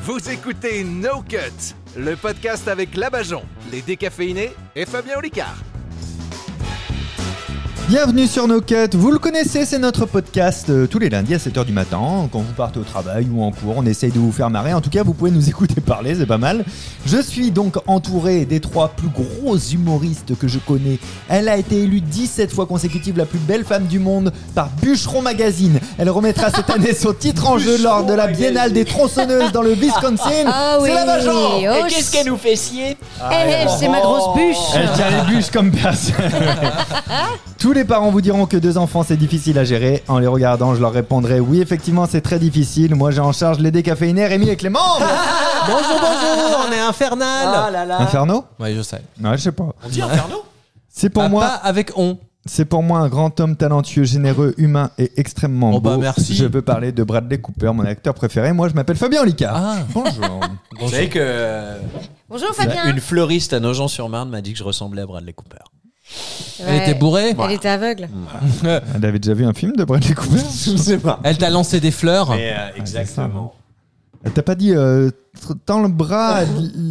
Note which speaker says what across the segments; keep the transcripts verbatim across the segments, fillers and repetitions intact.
Speaker 1: Vous écoutez No Cut, le podcast avec Labajon, les décaféinés et Fabien Olicard.
Speaker 2: Bienvenue sur No Cut, vous le connaissez, c'est notre podcast euh, tous les lundis à sept heures du matin, quand vous partez au travail ou en cours, on essaye de vous faire marrer, en tout cas vous pouvez nous écouter parler, c'est pas mal. Je suis donc entouré des trois plus gros humoristes que je connais. Elle a été élue dix-sept fois consécutive la plus belle femme du monde par Bûcheron Magazine. Elle remettra cette année son titre en jeu lors de la Biennale des tronçonneuses dans le Wisconsin.
Speaker 3: Ah oui.
Speaker 2: C'est Labajon.
Speaker 3: Oh,
Speaker 4: Et qu'est-ce qu'elle nous fait scier?
Speaker 3: Eh, c'est ma grosse bûche.
Speaker 2: Elle tient les bûches comme personne. Tous les parents vous diront que deux enfants c'est difficile à gérer. En les regardant, je leur répondrai oui, effectivement, c'est très difficile. Moi, j'ai en charge les décaféinés, Rémi et Clément.
Speaker 4: Bonjour, bonjour, on est infernal.
Speaker 3: Ah là là.
Speaker 2: Inferno ?
Speaker 4: Ouais, je sais.
Speaker 2: Ouais, je sais pas.
Speaker 4: On dit inferno?
Speaker 2: C'est pour
Speaker 4: Ah,
Speaker 2: moi.
Speaker 4: pas avec on.
Speaker 2: C'est pour moi un grand homme talentueux, généreux, humain et extrêmement
Speaker 4: Oh
Speaker 2: beau.
Speaker 4: bah merci.
Speaker 2: Je veux parler de Bradley Cooper, mon acteur préféré. Moi, je m'appelle Fabien Olicard.
Speaker 4: Ah.
Speaker 2: Bonjour.
Speaker 5: Vous savez que
Speaker 3: Bonjour Fabien.
Speaker 5: une fleuriste à Nogent-sur-Marne m'a dit que je ressemblais à Bradley Cooper.
Speaker 4: Elle était bourrée.
Speaker 3: Elle était aveugle.
Speaker 2: Elle avait déjà vu un film de Bradley Cooper ?
Speaker 5: Je sais pas.
Speaker 4: Elle t'a lancé des fleurs.
Speaker 5: Mais euh, exactement.
Speaker 2: Elle t'a pas dit euh, tr- tends le bras,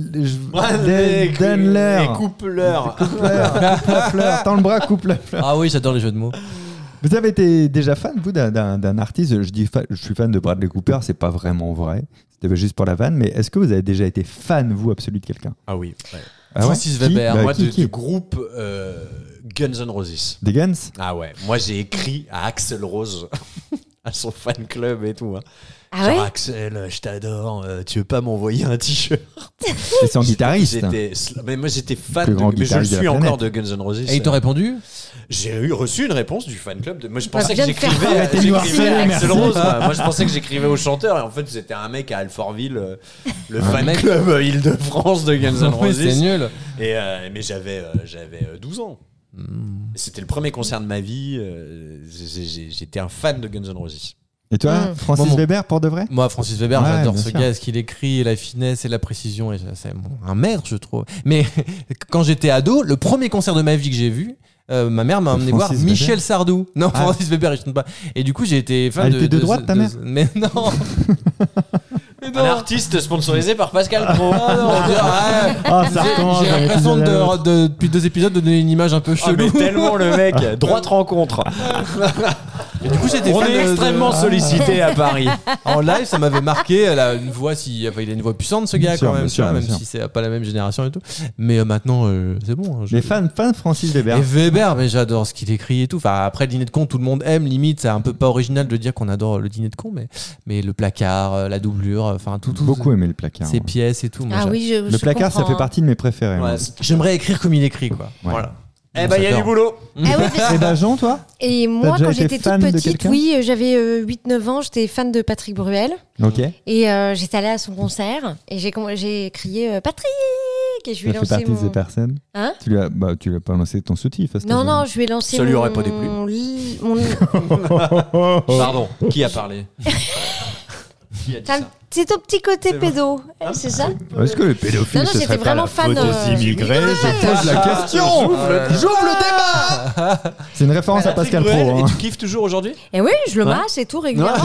Speaker 5: Bradley
Speaker 2: donne-leur.
Speaker 5: Et coupe-leur.
Speaker 2: Coupe-leur, coupe la fleur, tends le bras, coupe la fleur.
Speaker 4: Ah oui, j'adore les jeux de mots.
Speaker 2: Vous avez été déjà fan, vous, d'un, d'un, d'un artiste ? Je dis fa- je suis fan de Bradley Cooper, c'est pas vraiment vrai. C'était juste pour la vanne, mais est-ce que vous avez déjà été fan, vous, absolu de quelqu'un ?
Speaker 5: Ah oui. Ouais.
Speaker 2: Ah ouais
Speaker 4: Francis
Speaker 2: Qui
Speaker 4: Weber.
Speaker 2: Bah,
Speaker 5: Moi,
Speaker 2: qui,
Speaker 5: de-
Speaker 2: qui
Speaker 5: du groupe euh, Guns N' Roses.
Speaker 2: Des Guns ?
Speaker 5: Ah ouais. Moi, j'ai écrit à Axl Rose, à son fan club et tout. Hein.
Speaker 3: Ah
Speaker 5: Genre,
Speaker 3: ouais.
Speaker 5: Axel, je t'adore. euh, tu veux pas m'envoyer un t-shirt?
Speaker 2: C'est son guitariste.
Speaker 5: J'étais, mais moi, j'étais fan.
Speaker 2: Plus
Speaker 5: De,
Speaker 2: grand
Speaker 5: mais je le
Speaker 2: guitariste de la
Speaker 5: suis encore
Speaker 2: planète.
Speaker 5: de Guns N' Roses.
Speaker 4: Et ils t'ont répondu?
Speaker 5: J'ai eu reçu une réponse du fan club. De... Moi, je
Speaker 3: Bah,
Speaker 5: pensais que
Speaker 3: viens de faire
Speaker 5: j'écrivais,
Speaker 2: arrêter de nous
Speaker 5: j'écrivais à
Speaker 2: harceler,
Speaker 5: Axl
Speaker 2: merci.
Speaker 5: Rose. Moi. Moi, je pensais que j'écrivais au chanteur. Et en fait, c'était un mec à Alfortville, euh, le fan
Speaker 4: mec.
Speaker 5: club euh, Île-de-France de Guns N'
Speaker 4: Oui,
Speaker 5: Roses.
Speaker 4: c'est nul.
Speaker 5: Et, euh, mais j'avais, euh, j'avais euh, douze ans. Et c'était le premier concert de ma vie. euh, j'ai- j'ai- j'étais un fan de Guns N' Roses.
Speaker 2: Et toi,
Speaker 3: Mm.
Speaker 2: Francis
Speaker 4: Moi, mon-
Speaker 2: Weber, pour de vrai ?
Speaker 4: Moi, Francis Weber,
Speaker 2: Ouais,
Speaker 4: j'adore
Speaker 2: bien
Speaker 4: ce
Speaker 2: sûr.
Speaker 4: gars, ce qu'il écrit, la finesse et la précision. Et ça, c'est bon, un maître, je trouve. Mais quand j'étais ado, le premier concert de ma vie que j'ai vu, euh, ma mère m'a emmené voir
Speaker 2: Francis
Speaker 4: Michel
Speaker 2: Weber
Speaker 4: Sardou. Non,
Speaker 2: Ah.
Speaker 4: Francis Weber, il chante pas. Et du coup, j'ai été fan
Speaker 2: Elle
Speaker 4: de.
Speaker 2: était de droite, ta mère
Speaker 4: Mais non. Mais
Speaker 5: Un artiste sponsorisé par Pascal Pro.
Speaker 4: Ah non, on dirait, ouais.
Speaker 2: Ah, ça recommence.
Speaker 4: J'ai
Speaker 2: un
Speaker 4: l'impression
Speaker 2: épisode à l'autre.
Speaker 4: de, de- depuis deux épisodes de donner une image un peu
Speaker 5: Ah, mais
Speaker 4: chelou.
Speaker 5: tellement le mec. Droite rencontre.
Speaker 4: Et du coup, j'étais
Speaker 5: On
Speaker 4: fan
Speaker 5: est
Speaker 4: de- de-
Speaker 5: extrêmement sollicité à Paris.
Speaker 4: En live, ça m'avait marqué. Elle a une voix, si, enfin, il a une voix puissante, ce gars,
Speaker 2: Bien sûr,
Speaker 4: quand même,
Speaker 2: bien
Speaker 4: tu
Speaker 2: sûr,
Speaker 4: vois,
Speaker 2: bien
Speaker 4: même
Speaker 2: sûr.
Speaker 4: si c'est pas la même génération et tout. Mais euh, maintenant, euh, c'est bon. hein, je-
Speaker 2: Mais fan, fan de Francis Weber.
Speaker 4: Et Weber, mais j'adore ce qu'il écrit et tout. Enfin, après le dîner de con, tout le monde aime. Limite, c'est un peu pas original de dire qu'on adore le dîner de con, mais, mais le placard, euh, la doublure, enfin tout, tout.
Speaker 2: Beaucoup aimé le placard.
Speaker 4: Ces pièces et tout. Moi,
Speaker 3: Ah
Speaker 4: j'a-
Speaker 3: oui, je,
Speaker 2: Le
Speaker 3: je
Speaker 2: placard, ça
Speaker 3: comprends,
Speaker 2: fait partie de mes préférés.
Speaker 5: Ouais,
Speaker 2: moi.
Speaker 5: c'est-
Speaker 4: J'aimerais écrire comme il écrit, quoi.
Speaker 2: Ouais.
Speaker 4: Voilà.
Speaker 5: Eh ben, il y a
Speaker 4: J'adore.
Speaker 5: du boulot.
Speaker 3: Ah oui, mais-
Speaker 2: Et Bajon, toi ?
Speaker 3: Et moi,
Speaker 2: déjà
Speaker 3: quand
Speaker 2: été
Speaker 3: j'étais toute
Speaker 2: fan de
Speaker 3: petite,
Speaker 2: quelqu'un
Speaker 3: oui, euh, j'avais euh, huit neuf ans, j'étais fan de Patrick Bruel.
Speaker 2: Ok.
Speaker 3: Et euh, j'étais allée à son concert et j'ai, comm- j'ai crié euh, Patrick et je lui ai
Speaker 2: Ça fait
Speaker 3: lancé
Speaker 2: partie de
Speaker 3: mon...
Speaker 2: ces personnes.
Speaker 3: Hein
Speaker 2: Tu lui as, bah, tu lui as pas lancé ton soutif à cet
Speaker 3: Non,
Speaker 2: âge-là.
Speaker 3: non, je lui ai lancé
Speaker 5: Ça
Speaker 3: mon...
Speaker 5: lui aurait pas déplu.
Speaker 3: li- mon...
Speaker 5: Pardon. Qui a parlé? Qui a dit
Speaker 3: T'as
Speaker 5: ça?
Speaker 3: un- C'est ton petit côté
Speaker 5: C'est
Speaker 3: pédo, c'est ça?
Speaker 2: Est-ce que le pédophile,
Speaker 3: Non, non,
Speaker 2: ce
Speaker 3: j'étais
Speaker 2: serait pas
Speaker 3: vraiment
Speaker 2: la
Speaker 3: fan,
Speaker 2: faute
Speaker 3: euh,
Speaker 2: aux immigrés
Speaker 3: Ouais.
Speaker 2: Je pose la question. J'ouvre le débat. C'est une référence à Pascal Pro.
Speaker 5: Bruel,
Speaker 2: hein.
Speaker 5: Et tu kiffes toujours aujourd'hui?
Speaker 3: Et oui, je le
Speaker 5: Ouais.
Speaker 3: masse et tout régulièrement.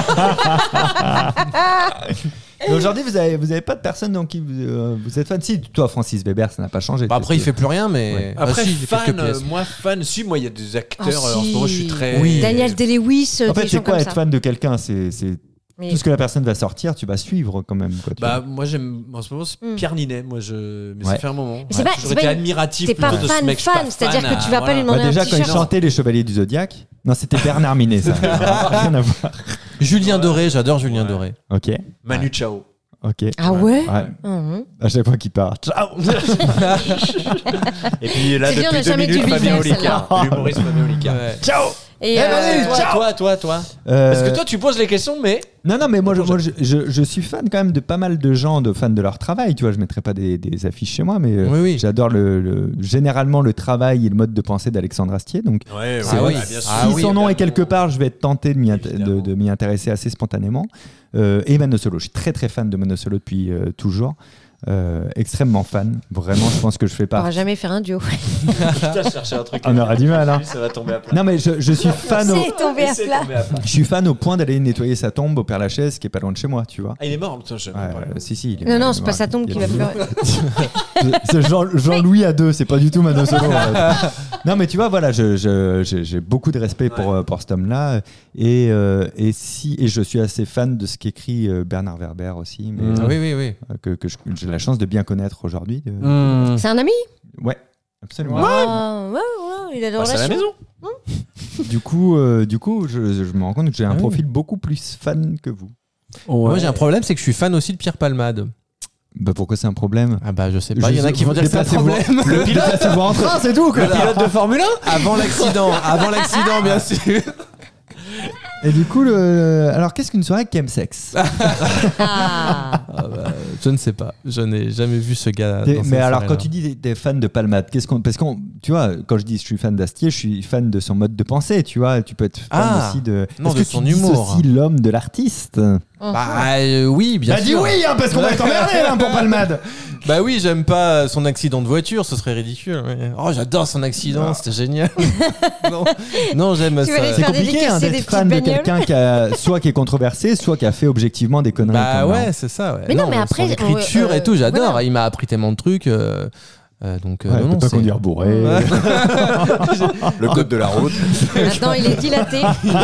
Speaker 2: Mais aujourd'hui, vous avez, vous avez pas de personne dans qui vous, euh, vous êtes fan. Si, toi, Francis Weber, ça n'a pas changé.
Speaker 4: Bah, après, il fait plus rien, mais.
Speaker 2: Ouais.
Speaker 4: Ah,
Speaker 5: Après,
Speaker 4: si, il fait quelques
Speaker 5: fan, euh,
Speaker 4: pièces.
Speaker 5: moi, fan, si, moi, il y a des acteurs,
Speaker 3: Ah,
Speaker 5: euh, en ce moment, je suis
Speaker 3: si.
Speaker 5: très.
Speaker 4: Oui.
Speaker 3: Daniel Day-Lewis,
Speaker 2: En
Speaker 3: des
Speaker 2: fait, c'est
Speaker 3: gens
Speaker 2: quoi
Speaker 3: comme
Speaker 2: être
Speaker 3: ça.
Speaker 2: fan de quelqu'un? C'est c'est
Speaker 3: Mais-
Speaker 2: tout ce que la personne va sortir, tu vas suivre quand même. Quoi, tu
Speaker 5: Bah,
Speaker 2: vois.
Speaker 5: moi, j'aime, en ce moment, c'est
Speaker 3: Mm.
Speaker 5: Pierre Ninet. Moi, je. Mais
Speaker 2: Ouais.
Speaker 5: ça fait un moment.
Speaker 3: c'est pas-
Speaker 5: J'ai toujours
Speaker 3: c'est
Speaker 5: été
Speaker 3: pas une-
Speaker 5: admiratif
Speaker 3: T'es pas
Speaker 5: plutôt de ce
Speaker 3: fan
Speaker 5: mec. Je suis
Speaker 3: fan,
Speaker 5: pas
Speaker 3: c'est-à-dire
Speaker 5: fan,
Speaker 3: que tu vas
Speaker 5: euh,
Speaker 3: pas lui
Speaker 5: voilà.
Speaker 3: demander
Speaker 2: Bah, déjà,
Speaker 3: un
Speaker 2: quand il
Speaker 3: t-shirt.
Speaker 2: chantait Les Chevaliers du Zodiaque, non, c'était Bernard Minet, ça. Rien à voir.
Speaker 4: Julien Doré, j'adore Julien
Speaker 5: Ouais.
Speaker 4: Doré.
Speaker 2: Ok,
Speaker 5: Manu Chao.
Speaker 2: ok.
Speaker 3: Ah ouais,
Speaker 2: Ouais.
Speaker 3: Mhm.
Speaker 2: À chaque fois qu'il part. Ciao.
Speaker 5: Et puis là,
Speaker 3: C'est bien, on
Speaker 5: depuis
Speaker 3: a
Speaker 5: deux
Speaker 3: jamais
Speaker 5: minutes,
Speaker 3: dû
Speaker 5: Fabien
Speaker 3: vivre
Speaker 5: Olicard. L'humoriste Fabien Olicard.
Speaker 4: Ouais.
Speaker 2: Ciao.
Speaker 3: Et
Speaker 2: Eh,
Speaker 3: euh,
Speaker 2: vas-y,
Speaker 5: Toi,
Speaker 2: ciao.
Speaker 5: toi, toi, toi.
Speaker 2: Euh,
Speaker 5: Parce que toi, tu poses les questions, mais.
Speaker 2: Non, non, mais moi, je, moi je, je, je suis fan quand même de pas mal de gens, de fans de leur travail. Tu vois, je mettrai pas des, des affiches chez moi, mais euh,
Speaker 4: Oui, oui.
Speaker 2: j'adore le, le- généralement le travail et le mode de pensée d'Alexandre Astier. Donc,
Speaker 5: Ouais,
Speaker 2: c'est vrai
Speaker 4: oui.
Speaker 2: que
Speaker 5: bien sûr.
Speaker 4: Ah
Speaker 2: si
Speaker 4: oui,
Speaker 2: son nom est
Speaker 5: évidemment.
Speaker 2: quelque part, je vais être tenté de m'y, int- de,
Speaker 5: Évidemment.
Speaker 2: de m'y intéresser assez spontanément. Euh, et Mano Solo, je suis très très fan de Mano Solo depuis euh, toujours. Euh, extrêmement fan. Vraiment, je pense que je fais
Speaker 3: On
Speaker 2: pas.
Speaker 3: pourra jamais faire un duo.
Speaker 5: Putain, je cherchais un truc.
Speaker 2: On aura du mal, hein.
Speaker 5: Ça va tomber à plat.
Speaker 2: Non, mais je, je suis fan. Au...
Speaker 3: C'est tombé à
Speaker 5: C'est
Speaker 3: plat.
Speaker 5: tombé à plat.
Speaker 2: Je suis fan au point d'aller nettoyer sa tombe au Père Lachaise, qui est pas loin de chez moi, tu vois.
Speaker 5: Ah, il est mort, putain, je
Speaker 2: Ouais, euh, si, si. il est-
Speaker 3: Non, non,
Speaker 2: il est
Speaker 3: c'est
Speaker 2: mort.
Speaker 3: pas sa tombe
Speaker 2: Il
Speaker 3: qui
Speaker 2: y a
Speaker 3: va
Speaker 2: des-
Speaker 3: pleurer.
Speaker 2: C'est Jean, Jean-Louis à deux, c'est pas du tout Mano Solo. en fait. Non, mais tu vois, voilà, je, je- j'ai j'ai beaucoup de respect pour,
Speaker 5: Ouais.
Speaker 2: euh, pour cet homme-là. Et, euh, et, si, et je suis assez fan de ce qu'écrit euh, Bernard Werber aussi, mais,
Speaker 4: Ah oui, oui, oui.
Speaker 2: euh, que, que je- j'ai la chance de bien connaître aujourd'hui. euh.
Speaker 4: Hmm.
Speaker 3: C'est un ami.
Speaker 2: Ouais, absolument.
Speaker 3: Ah, ouais, ouais, il a des
Speaker 5: Bah, c'est à la
Speaker 3: relations.
Speaker 5: maison.
Speaker 2: Du coup, euh, du coup je, je me rends compte que j'ai un
Speaker 4: Ah oui.
Speaker 2: profil beaucoup plus fan que vous.
Speaker 4: Moi, j'ai un problème, c'est que je suis fan aussi de Pierre Palmade.
Speaker 2: Bah, pourquoi c'est un problème?
Speaker 4: Ah bah, je sais pas. Il y en
Speaker 2: Je-
Speaker 4: a qui vont dire que c'est un
Speaker 2: déplacez-vous-
Speaker 4: problème.
Speaker 2: Le pilote, déplacez-vous en train, c'est tout. quoi.
Speaker 4: Le pilote de Formule un Avant l'accident, avant l'accident, bien sûr.
Speaker 2: Et du coup, le... alors qu'est-ce qu'une soirée avec chemsex?
Speaker 3: Ah.
Speaker 4: Ah bah, je ne sais pas. Je n'ai jamais vu ce gars.
Speaker 2: T'es-
Speaker 4: dans cette
Speaker 2: Mais alors,
Speaker 4: soirée-là.
Speaker 2: quand tu dis t'es fan de Palmade, qu'est-ce qu'on, parce qu'on, tu vois, quand je dis je suis fan d'Astier, je suis fan de son mode de pensée, tu vois. Tu peux être fan
Speaker 4: Ah,
Speaker 2: aussi de.
Speaker 4: non,
Speaker 2: Est-ce
Speaker 4: de
Speaker 2: que
Speaker 4: son
Speaker 2: tu
Speaker 4: humour.
Speaker 2: dissocies l'homme de l'artiste?
Speaker 4: Bah euh, oui, bien
Speaker 2: Bah dis
Speaker 4: sûr.
Speaker 2: oui, hein, parce qu'on va t'emmerder là pour Palmade.
Speaker 4: Bah oui, j'aime pas son accident de voiture, ce serait ridicule. mais- Oh, j'adore son accident, c'était génial. non, non j'aime
Speaker 3: Tu veux les
Speaker 4: ça.
Speaker 2: C'est
Speaker 3: faire
Speaker 2: compliqué hein,
Speaker 3: dédicacer des
Speaker 2: d'être
Speaker 3: petites
Speaker 2: fan de
Speaker 3: bagnoles.
Speaker 2: quelqu'un qui a soit qui est controversé, soit qui a fait objectivement des conneries.
Speaker 4: Bah
Speaker 2: comme,
Speaker 4: ouais,
Speaker 2: hein.
Speaker 4: c'est ça. Ouais.
Speaker 3: Mais non, mais après,
Speaker 4: son écriture
Speaker 3: euh,
Speaker 4: et tout, j'adore.
Speaker 3: voilà.
Speaker 4: Il m'a appris tellement de trucs. euh, euh, donc euh,
Speaker 2: Ouais,
Speaker 4: non,
Speaker 2: peut
Speaker 4: non,
Speaker 2: pas
Speaker 4: c'est-
Speaker 2: conduire bourré.
Speaker 4: Ouais.
Speaker 5: Le code de la route.
Speaker 3: Maintenant, il est dilaté.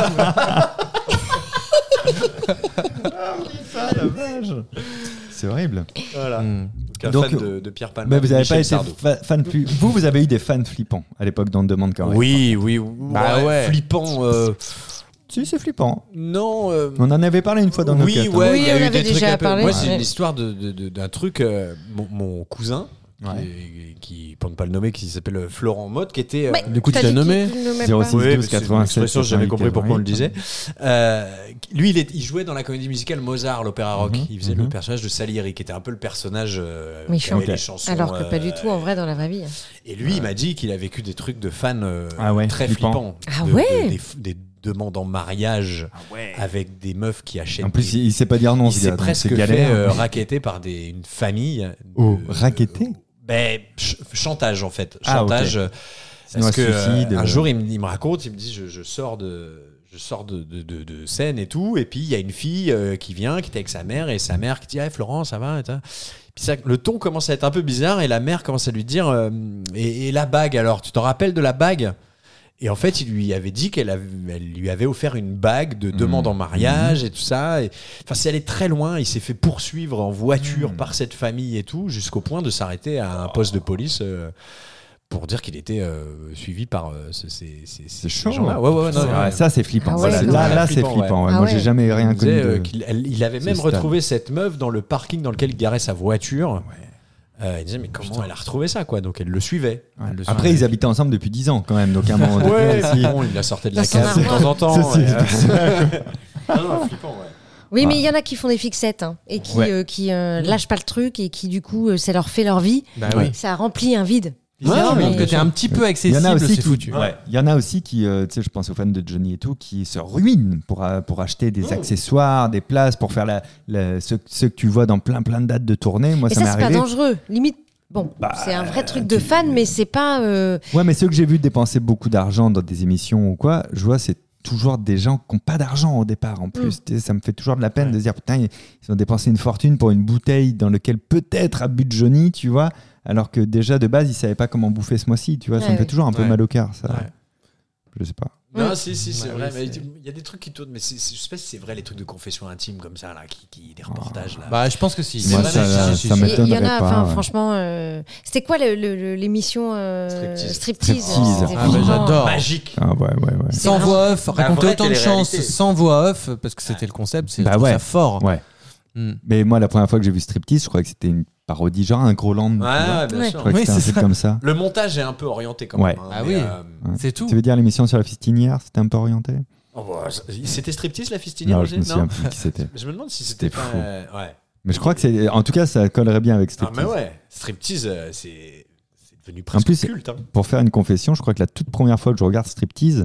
Speaker 2: C'est horrible.
Speaker 5: Voilà.
Speaker 4: Hmm.
Speaker 5: Donc, un
Speaker 2: Donc,
Speaker 5: fan de, de Pierre Palmade.
Speaker 2: Mais vous avez
Speaker 5: Michel
Speaker 2: pas été
Speaker 5: Sardou.
Speaker 2: fa- fan plus. Vous, vous avez eu des fans flippants à l'époque dans Demande quand même.
Speaker 5: Oui, oui.
Speaker 4: Bah ouais.
Speaker 5: Flippant. euh,
Speaker 2: Si, c'est flippant.
Speaker 5: non. euh,
Speaker 2: On en avait parlé une fois dans nos
Speaker 5: oui,
Speaker 2: quêtes, hein.
Speaker 5: ouais,
Speaker 3: Oui,
Speaker 5: il y a
Speaker 3: on
Speaker 5: eu
Speaker 3: avait
Speaker 5: des trucs
Speaker 3: déjà
Speaker 5: un peu-
Speaker 3: parlé,
Speaker 5: Moi, c'est
Speaker 3: ouais.
Speaker 5: une histoire de, de- de- d'un truc. euh, mon, mon cousin,
Speaker 2: Ouais.
Speaker 5: qui, qui, pour ne pas le nommer, qui s'appelle Florent Motte, qui était. euh,
Speaker 3: Mais
Speaker 4: Du coup, tu
Speaker 3: t'as
Speaker 4: l'as
Speaker 3: dit
Speaker 4: nommé
Speaker 3: qu'il ne nommait
Speaker 2: zéro
Speaker 3: pas.
Speaker 2: six.
Speaker 5: Oui,
Speaker 2: douze,
Speaker 5: mais c'est une
Speaker 2: quatre-vingt-sept,
Speaker 5: expression, j'ai jamais compris pourquoi on le disait.
Speaker 2: quatre-vingt-huit.
Speaker 5: Euh, lui, il, est, il jouait dans la comédie musicale Mozart, l'opéra rock.
Speaker 2: Mhm,
Speaker 5: Il faisait
Speaker 2: mhm.
Speaker 5: le personnage de Salieri, qui était un peu le personnage euh,
Speaker 3: Mais
Speaker 5: qui avait
Speaker 3: chante.
Speaker 5: les chansons.
Speaker 3: Alors que pas
Speaker 5: euh,
Speaker 3: du tout en vrai dans la vraie vie.
Speaker 5: Et lui, il m'a dit qu'il a vécu des trucs de fans euh,
Speaker 2: Ah ouais,
Speaker 5: très
Speaker 2: flippant.
Speaker 5: flippants.
Speaker 3: Ah
Speaker 5: De-
Speaker 3: ouais
Speaker 5: de- des, f- des demandes en mariage avec des meufs qui achètent.
Speaker 2: En plus,
Speaker 5: des-
Speaker 2: il, il sait pas dire non.
Speaker 5: il
Speaker 2: ce
Speaker 5: s'est
Speaker 2: gars, donc
Speaker 5: presque
Speaker 2: c'est
Speaker 5: fait
Speaker 2: galère.
Speaker 5: euh, racketter par des, une famille.
Speaker 2: Oh,
Speaker 5: de-
Speaker 2: racketter
Speaker 5: Ben, ch- chantage en fait.
Speaker 2: Ah,
Speaker 5: Chantage.
Speaker 2: ok.
Speaker 5: euh,
Speaker 2: Sinon,
Speaker 5: Parce que
Speaker 2: un suicide,
Speaker 5: euh, un
Speaker 2: euh.
Speaker 5: jour, il me, il me raconte, il me dit, je, je sors de, je sors de, de, de- de scène et tout, et puis il y a une fille euh, qui vient, qui était avec sa mère, et sa mère qui dit, ah Florent, ça va, et tout. Puis ça, le ton commence à être un peu bizarre, et la mère commence à lui dire, euh, et, et la bague alors, tu t'en rappelles de la bague? Et en fait, il lui avait dit qu'elle avait- elle lui avait offert une bague de demande en mariage et tout ça. Et, enfin, c'est allé très loin. Il s'est fait poursuivre en voiture
Speaker 2: Mmh.
Speaker 5: par cette famille et tout, jusqu'au point de s'arrêter à un poste de police euh, pour dire qu'il était euh, suivi par euh, ce- ces, ces, ces
Speaker 2: chaud.
Speaker 5: gens-là. Ouais, ouais, ouais, non,
Speaker 2: C'est vrai,
Speaker 5: ouais.
Speaker 2: ça, c'est flippant.
Speaker 3: Ah ouais,
Speaker 2: Voilà,
Speaker 3: c'est
Speaker 2: là,
Speaker 5: vrai.
Speaker 2: là, c'est
Speaker 5: Flippant,
Speaker 2: flippant.
Speaker 5: ouais.
Speaker 2: ouais.
Speaker 3: Ah
Speaker 2: Moi,
Speaker 3: ouais.
Speaker 2: j'ai jamais rien
Speaker 5: Il
Speaker 2: connu.
Speaker 5: disait,
Speaker 2: de-
Speaker 5: euh, qu'il elle- il avait
Speaker 2: ce
Speaker 5: même
Speaker 2: stade.
Speaker 5: retrouvé cette meuf dans le parking dans lequel il garait sa voiture. Euh, il disait, mais comment elle a retrouvé ça, quoi? Donc elle le suivait.
Speaker 2: Ouais.
Speaker 5: Elle le
Speaker 2: Après,
Speaker 5: suivait.
Speaker 2: ils habitaient ensemble depuis dix ans quand même. Donc à un moment donné
Speaker 5: Ouais,
Speaker 2: aussi.
Speaker 5: bon, il la sortait de la
Speaker 3: Dans son
Speaker 5: cave de
Speaker 3: armoire.
Speaker 5: temps en temps.
Speaker 2: Ça, c'est-
Speaker 5: ouais. Ah non, flippant, ouais.
Speaker 3: Oui,
Speaker 2: Ah.
Speaker 3: mais il y en a qui font des fixettes hein, et qui,
Speaker 2: Ouais.
Speaker 3: euh, qui euh, lâchent pas le truc et qui, du coup, euh, ça leur fait leur vie.
Speaker 4: Bah oui.
Speaker 3: Ça remplit un vide.
Speaker 4: Ouais,
Speaker 3: Non,
Speaker 4: mais
Speaker 3: mais-
Speaker 4: que t'es un petit peu
Speaker 2: Il y
Speaker 4: accessible,
Speaker 2: en a aussi
Speaker 4: c'est
Speaker 2: qui,
Speaker 4: foutu.
Speaker 2: ouais, il y en a aussi qui, euh, tu sais, je pense aux fans de Johnny et tout, qui se ruinent pour, euh, pour acheter des accessoires, des places, pour faire la, la- ce, ce que tu vois dans plein plein de dates de tournée. Moi,
Speaker 3: Et
Speaker 2: ça,
Speaker 3: ça,
Speaker 2: m'est
Speaker 3: c'est pas
Speaker 2: arrivé.
Speaker 3: dangereux. Limite, bon,
Speaker 2: Bah,
Speaker 3: c'est un vrai truc de fan, mais c'est pas. euh,
Speaker 2: Ouais, mais ceux que j'ai vu dépenser beaucoup d'argent dans des émissions ou quoi, je vois, c'est toujours des gens qui n'ont pas d'argent au départ en plus. Tu sais, ça me fait toujours de la peine de se dire, putain, ils ont dépensé une fortune pour une bouteille dans laquelle peut-être a bu de Johnny, tu vois, alors que déjà de base, ils ne savaient pas comment bouffer ce mois-ci, tu vois. Ça
Speaker 3: Ouais,
Speaker 2: me fait
Speaker 3: ouais.
Speaker 2: toujours un peu
Speaker 4: Ouais.
Speaker 2: mal au cœur, ça.
Speaker 4: Ouais.
Speaker 2: Je sais pas.
Speaker 5: Non,
Speaker 3: Mm.
Speaker 5: si, si, c'est
Speaker 4: Bah
Speaker 5: vrai.
Speaker 4: oui,
Speaker 5: mais
Speaker 4: c'est-
Speaker 5: il y a des trucs qui tournent, mais c'est- c'est- je sais pas si c'est vrai, les trucs de confession intime comme ça, là, qui, qui, des reportages, là.
Speaker 4: Bah, je pense que si.
Speaker 5: C'est
Speaker 2: Moi,
Speaker 5: vrai,
Speaker 2: ça,
Speaker 5: si,
Speaker 2: ça,
Speaker 5: si, si,
Speaker 2: ça
Speaker 5: si.
Speaker 3: Il y- il y en
Speaker 2: m'étonnerait
Speaker 3: a,
Speaker 2: pas.
Speaker 3: enfin,
Speaker 2: ouais.
Speaker 3: franchement, euh, c'était quoi le- le- le- l'émission euh,
Speaker 5: Striptease.
Speaker 3: Striptease.
Speaker 2: Striptease.
Speaker 3: C'était
Speaker 4: Ah, bah,
Speaker 3: vraiment-
Speaker 4: j'adore.
Speaker 5: Magique.
Speaker 2: Ah ouais, ouais, ouais.
Speaker 3: C'est
Speaker 4: Sans
Speaker 3: vraiment-
Speaker 4: voix off,
Speaker 5: La
Speaker 4: raconter
Speaker 5: vraie
Speaker 4: autant de chances
Speaker 5: télé-réalité.
Speaker 4: sans voix off, parce que c'était le concept, c'est
Speaker 2: Bah
Speaker 4: je trouve
Speaker 2: ouais.
Speaker 4: ça fort.
Speaker 2: Ouais.
Speaker 4: Hmm.
Speaker 2: Mais moi, la première fois que j'ai vu Striptease, je croyais que c'était une parodie, genre un gros land. tu
Speaker 5: Ouais,
Speaker 2: vois.
Speaker 5: ouais, bien
Speaker 3: Ouais.
Speaker 2: Je
Speaker 5: sûr.
Speaker 2: croyais que
Speaker 4: Oui,
Speaker 2: c'était un
Speaker 4: c'est
Speaker 2: truc
Speaker 4: ça.
Speaker 2: comme ça.
Speaker 5: Le montage est un peu orienté quand
Speaker 2: Ouais.
Speaker 5: même. hein,
Speaker 4: Ah
Speaker 5: mais,
Speaker 4: oui.
Speaker 5: euh,
Speaker 2: Ouais.
Speaker 4: C'est tout.
Speaker 2: Tu veux dire l'émission sur la fistinière, c'était un peu orienté?
Speaker 5: oh, bah, c'était Striptease, la fistinière
Speaker 2: Non,
Speaker 5: aussi
Speaker 2: je me souviens
Speaker 5: Non
Speaker 2: plus qui c'était.
Speaker 5: Je me demande si c'était
Speaker 2: C'était
Speaker 5: pas.
Speaker 2: fou.
Speaker 5: euh, ouais.
Speaker 2: Mais je crois que c'est. En tout cas, ça collerait bien avec
Speaker 5: Ah,
Speaker 2: Striptease.
Speaker 5: mais ouais, Striptease, euh, c'est c'est devenu
Speaker 2: En
Speaker 5: presque
Speaker 2: plus,
Speaker 5: culte. Hein.
Speaker 2: Pour faire une confession, je crois que la toute première fois que je regarde Striptease,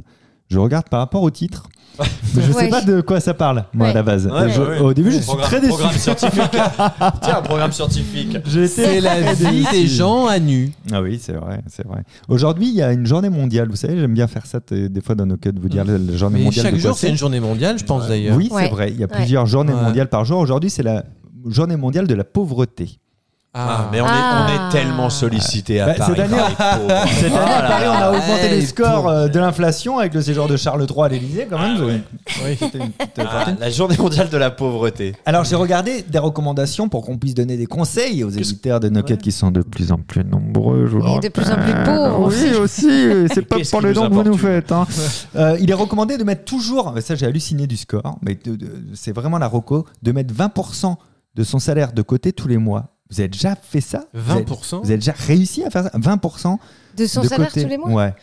Speaker 2: je regarde par rapport au titre. Mais je sais
Speaker 3: Ouais.
Speaker 2: pas de quoi ça parle, moi,
Speaker 3: Ouais.
Speaker 2: à la base.
Speaker 5: Ouais,
Speaker 2: Je-
Speaker 5: ouais, ouais.
Speaker 2: Au début, je suis
Speaker 5: Programme-
Speaker 2: très déçu.
Speaker 5: Programme scientifique. Tiens, un programme scientifique.
Speaker 2: J'étais
Speaker 4: C'est la
Speaker 2: très
Speaker 4: vie
Speaker 2: déçu.
Speaker 4: des gens à nu.
Speaker 2: Ah oui, c'est vrai, c'est vrai. Aujourd'hui, il y a une journée mondiale. Vous savez, j'aime bien faire ça t- des fois dans nos cuts, vous dire la journée
Speaker 4: Mais
Speaker 2: mondiale
Speaker 4: chaque
Speaker 2: de quoi
Speaker 4: jour, c'est une journée mondiale, je pense
Speaker 5: Ouais.
Speaker 4: d'ailleurs.
Speaker 2: Oui,
Speaker 3: Ouais.
Speaker 2: c'est vrai. Il y a
Speaker 3: Ouais.
Speaker 2: plusieurs journées
Speaker 4: Ouais.
Speaker 2: mondiales par jour. Aujourd'hui, c'est la journée mondiale de la pauvreté.
Speaker 5: Ah, mais on est,
Speaker 3: Ah.
Speaker 5: on est tellement sollicité à
Speaker 2: Bah,
Speaker 5: Paris.
Speaker 2: cette année,
Speaker 5: par les pauvres.
Speaker 2: Cette année, à Paris, on a augmenté
Speaker 4: Ouais,
Speaker 2: les
Speaker 4: les
Speaker 2: scores
Speaker 4: pauvres.
Speaker 2: euh, de l'inflation avec le séjour de Charles trois à l'Élysée, quand même.
Speaker 5: Ah ouais.
Speaker 2: Oui, c'était une petite, euh,
Speaker 5: Ah,
Speaker 2: fortune.
Speaker 5: la journée mondiale de la pauvreté.
Speaker 2: Alors, j'ai regardé des recommandations pour qu'on puisse donner des conseils aux éditeurs de Noquette qui sont de plus en plus nombreux. Je vous le
Speaker 3: Et de plus en plus
Speaker 2: rappelle.
Speaker 3: pauvres
Speaker 2: Oui, aussi. C'est pas
Speaker 5: Qu'est-ce
Speaker 2: pour
Speaker 5: qui
Speaker 2: les
Speaker 5: nous
Speaker 2: dons que vous nous
Speaker 5: importune
Speaker 2: faites. hein. Euh, il est recommandé de mettre toujours, ça j'ai halluciné du score, mais de- de- c'est vraiment la reco, de mettre vingt pour cent de son salaire de côté tous les mois. Vous avez déjà fait ça Vous
Speaker 4: vingt
Speaker 2: avez-
Speaker 4: pour cent
Speaker 2: Vous avez déjà réussi à faire ça vingt pour cent
Speaker 3: De son
Speaker 2: de
Speaker 3: salaire
Speaker 2: côté.
Speaker 3: tous les mois
Speaker 2: Ouais.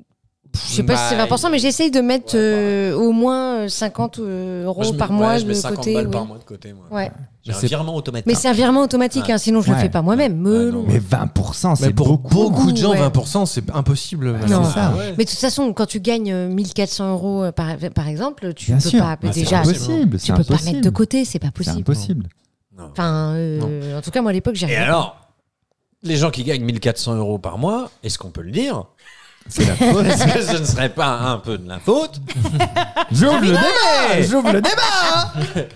Speaker 3: Je sais pas si c'est vingt pour cent, mais j'essaye de mettre
Speaker 5: Ouais,
Speaker 3: euh, au moins euh, cinquante euh, euros
Speaker 5: Moi, je mets-
Speaker 3: par
Speaker 5: ouais,
Speaker 3: mois
Speaker 5: je mets
Speaker 3: de
Speaker 5: cinquante
Speaker 3: côté.
Speaker 5: balles
Speaker 3: oui.
Speaker 5: par mois de côté. Moi.
Speaker 3: Ouais.
Speaker 5: J'ai un
Speaker 4: C'est-
Speaker 5: virement automatique.
Speaker 3: Mais c'est un virement automatique,
Speaker 5: Ouais.
Speaker 3: hein, sinon je le
Speaker 2: Ouais.
Speaker 3: fais pas moi-même. Me
Speaker 5: Ah, non.
Speaker 3: non.
Speaker 2: Mais vingt pour cent,
Speaker 4: Mais
Speaker 2: c'est
Speaker 4: pour
Speaker 2: beaucoup.
Speaker 4: beaucoup, de gens,
Speaker 3: ouais.
Speaker 4: vingt pour cent, c'est impossible.
Speaker 2: Bah,
Speaker 3: Non.
Speaker 2: c'est ça.
Speaker 5: Ah ouais.
Speaker 3: Mais de toute façon, quand tu gagnes euh, mille quatre cents euros euh, par, par exemple, tu
Speaker 2: Bien
Speaker 3: peux
Speaker 2: sûr.
Speaker 3: pas
Speaker 2: Bah, c'est
Speaker 3: déjà.
Speaker 2: impossible.
Speaker 3: Tu
Speaker 2: C'est
Speaker 3: peux pas
Speaker 2: impossible.
Speaker 3: mettre de côté, c'est pas
Speaker 2: C'est
Speaker 3: possible.
Speaker 2: impossible.
Speaker 5: Non.
Speaker 3: Enfin, euh, en tout cas, moi à l'époque, j'ai
Speaker 5: Et
Speaker 3: rien.
Speaker 5: alors, les gens qui gagnent mille quatre cents euros par mois, est-ce qu'on peut le dire
Speaker 2: C'est la faute.
Speaker 5: Est-ce que ce ne serait pas un peu de la faute
Speaker 2: J'ouvre le débat. J'ouvre le débat.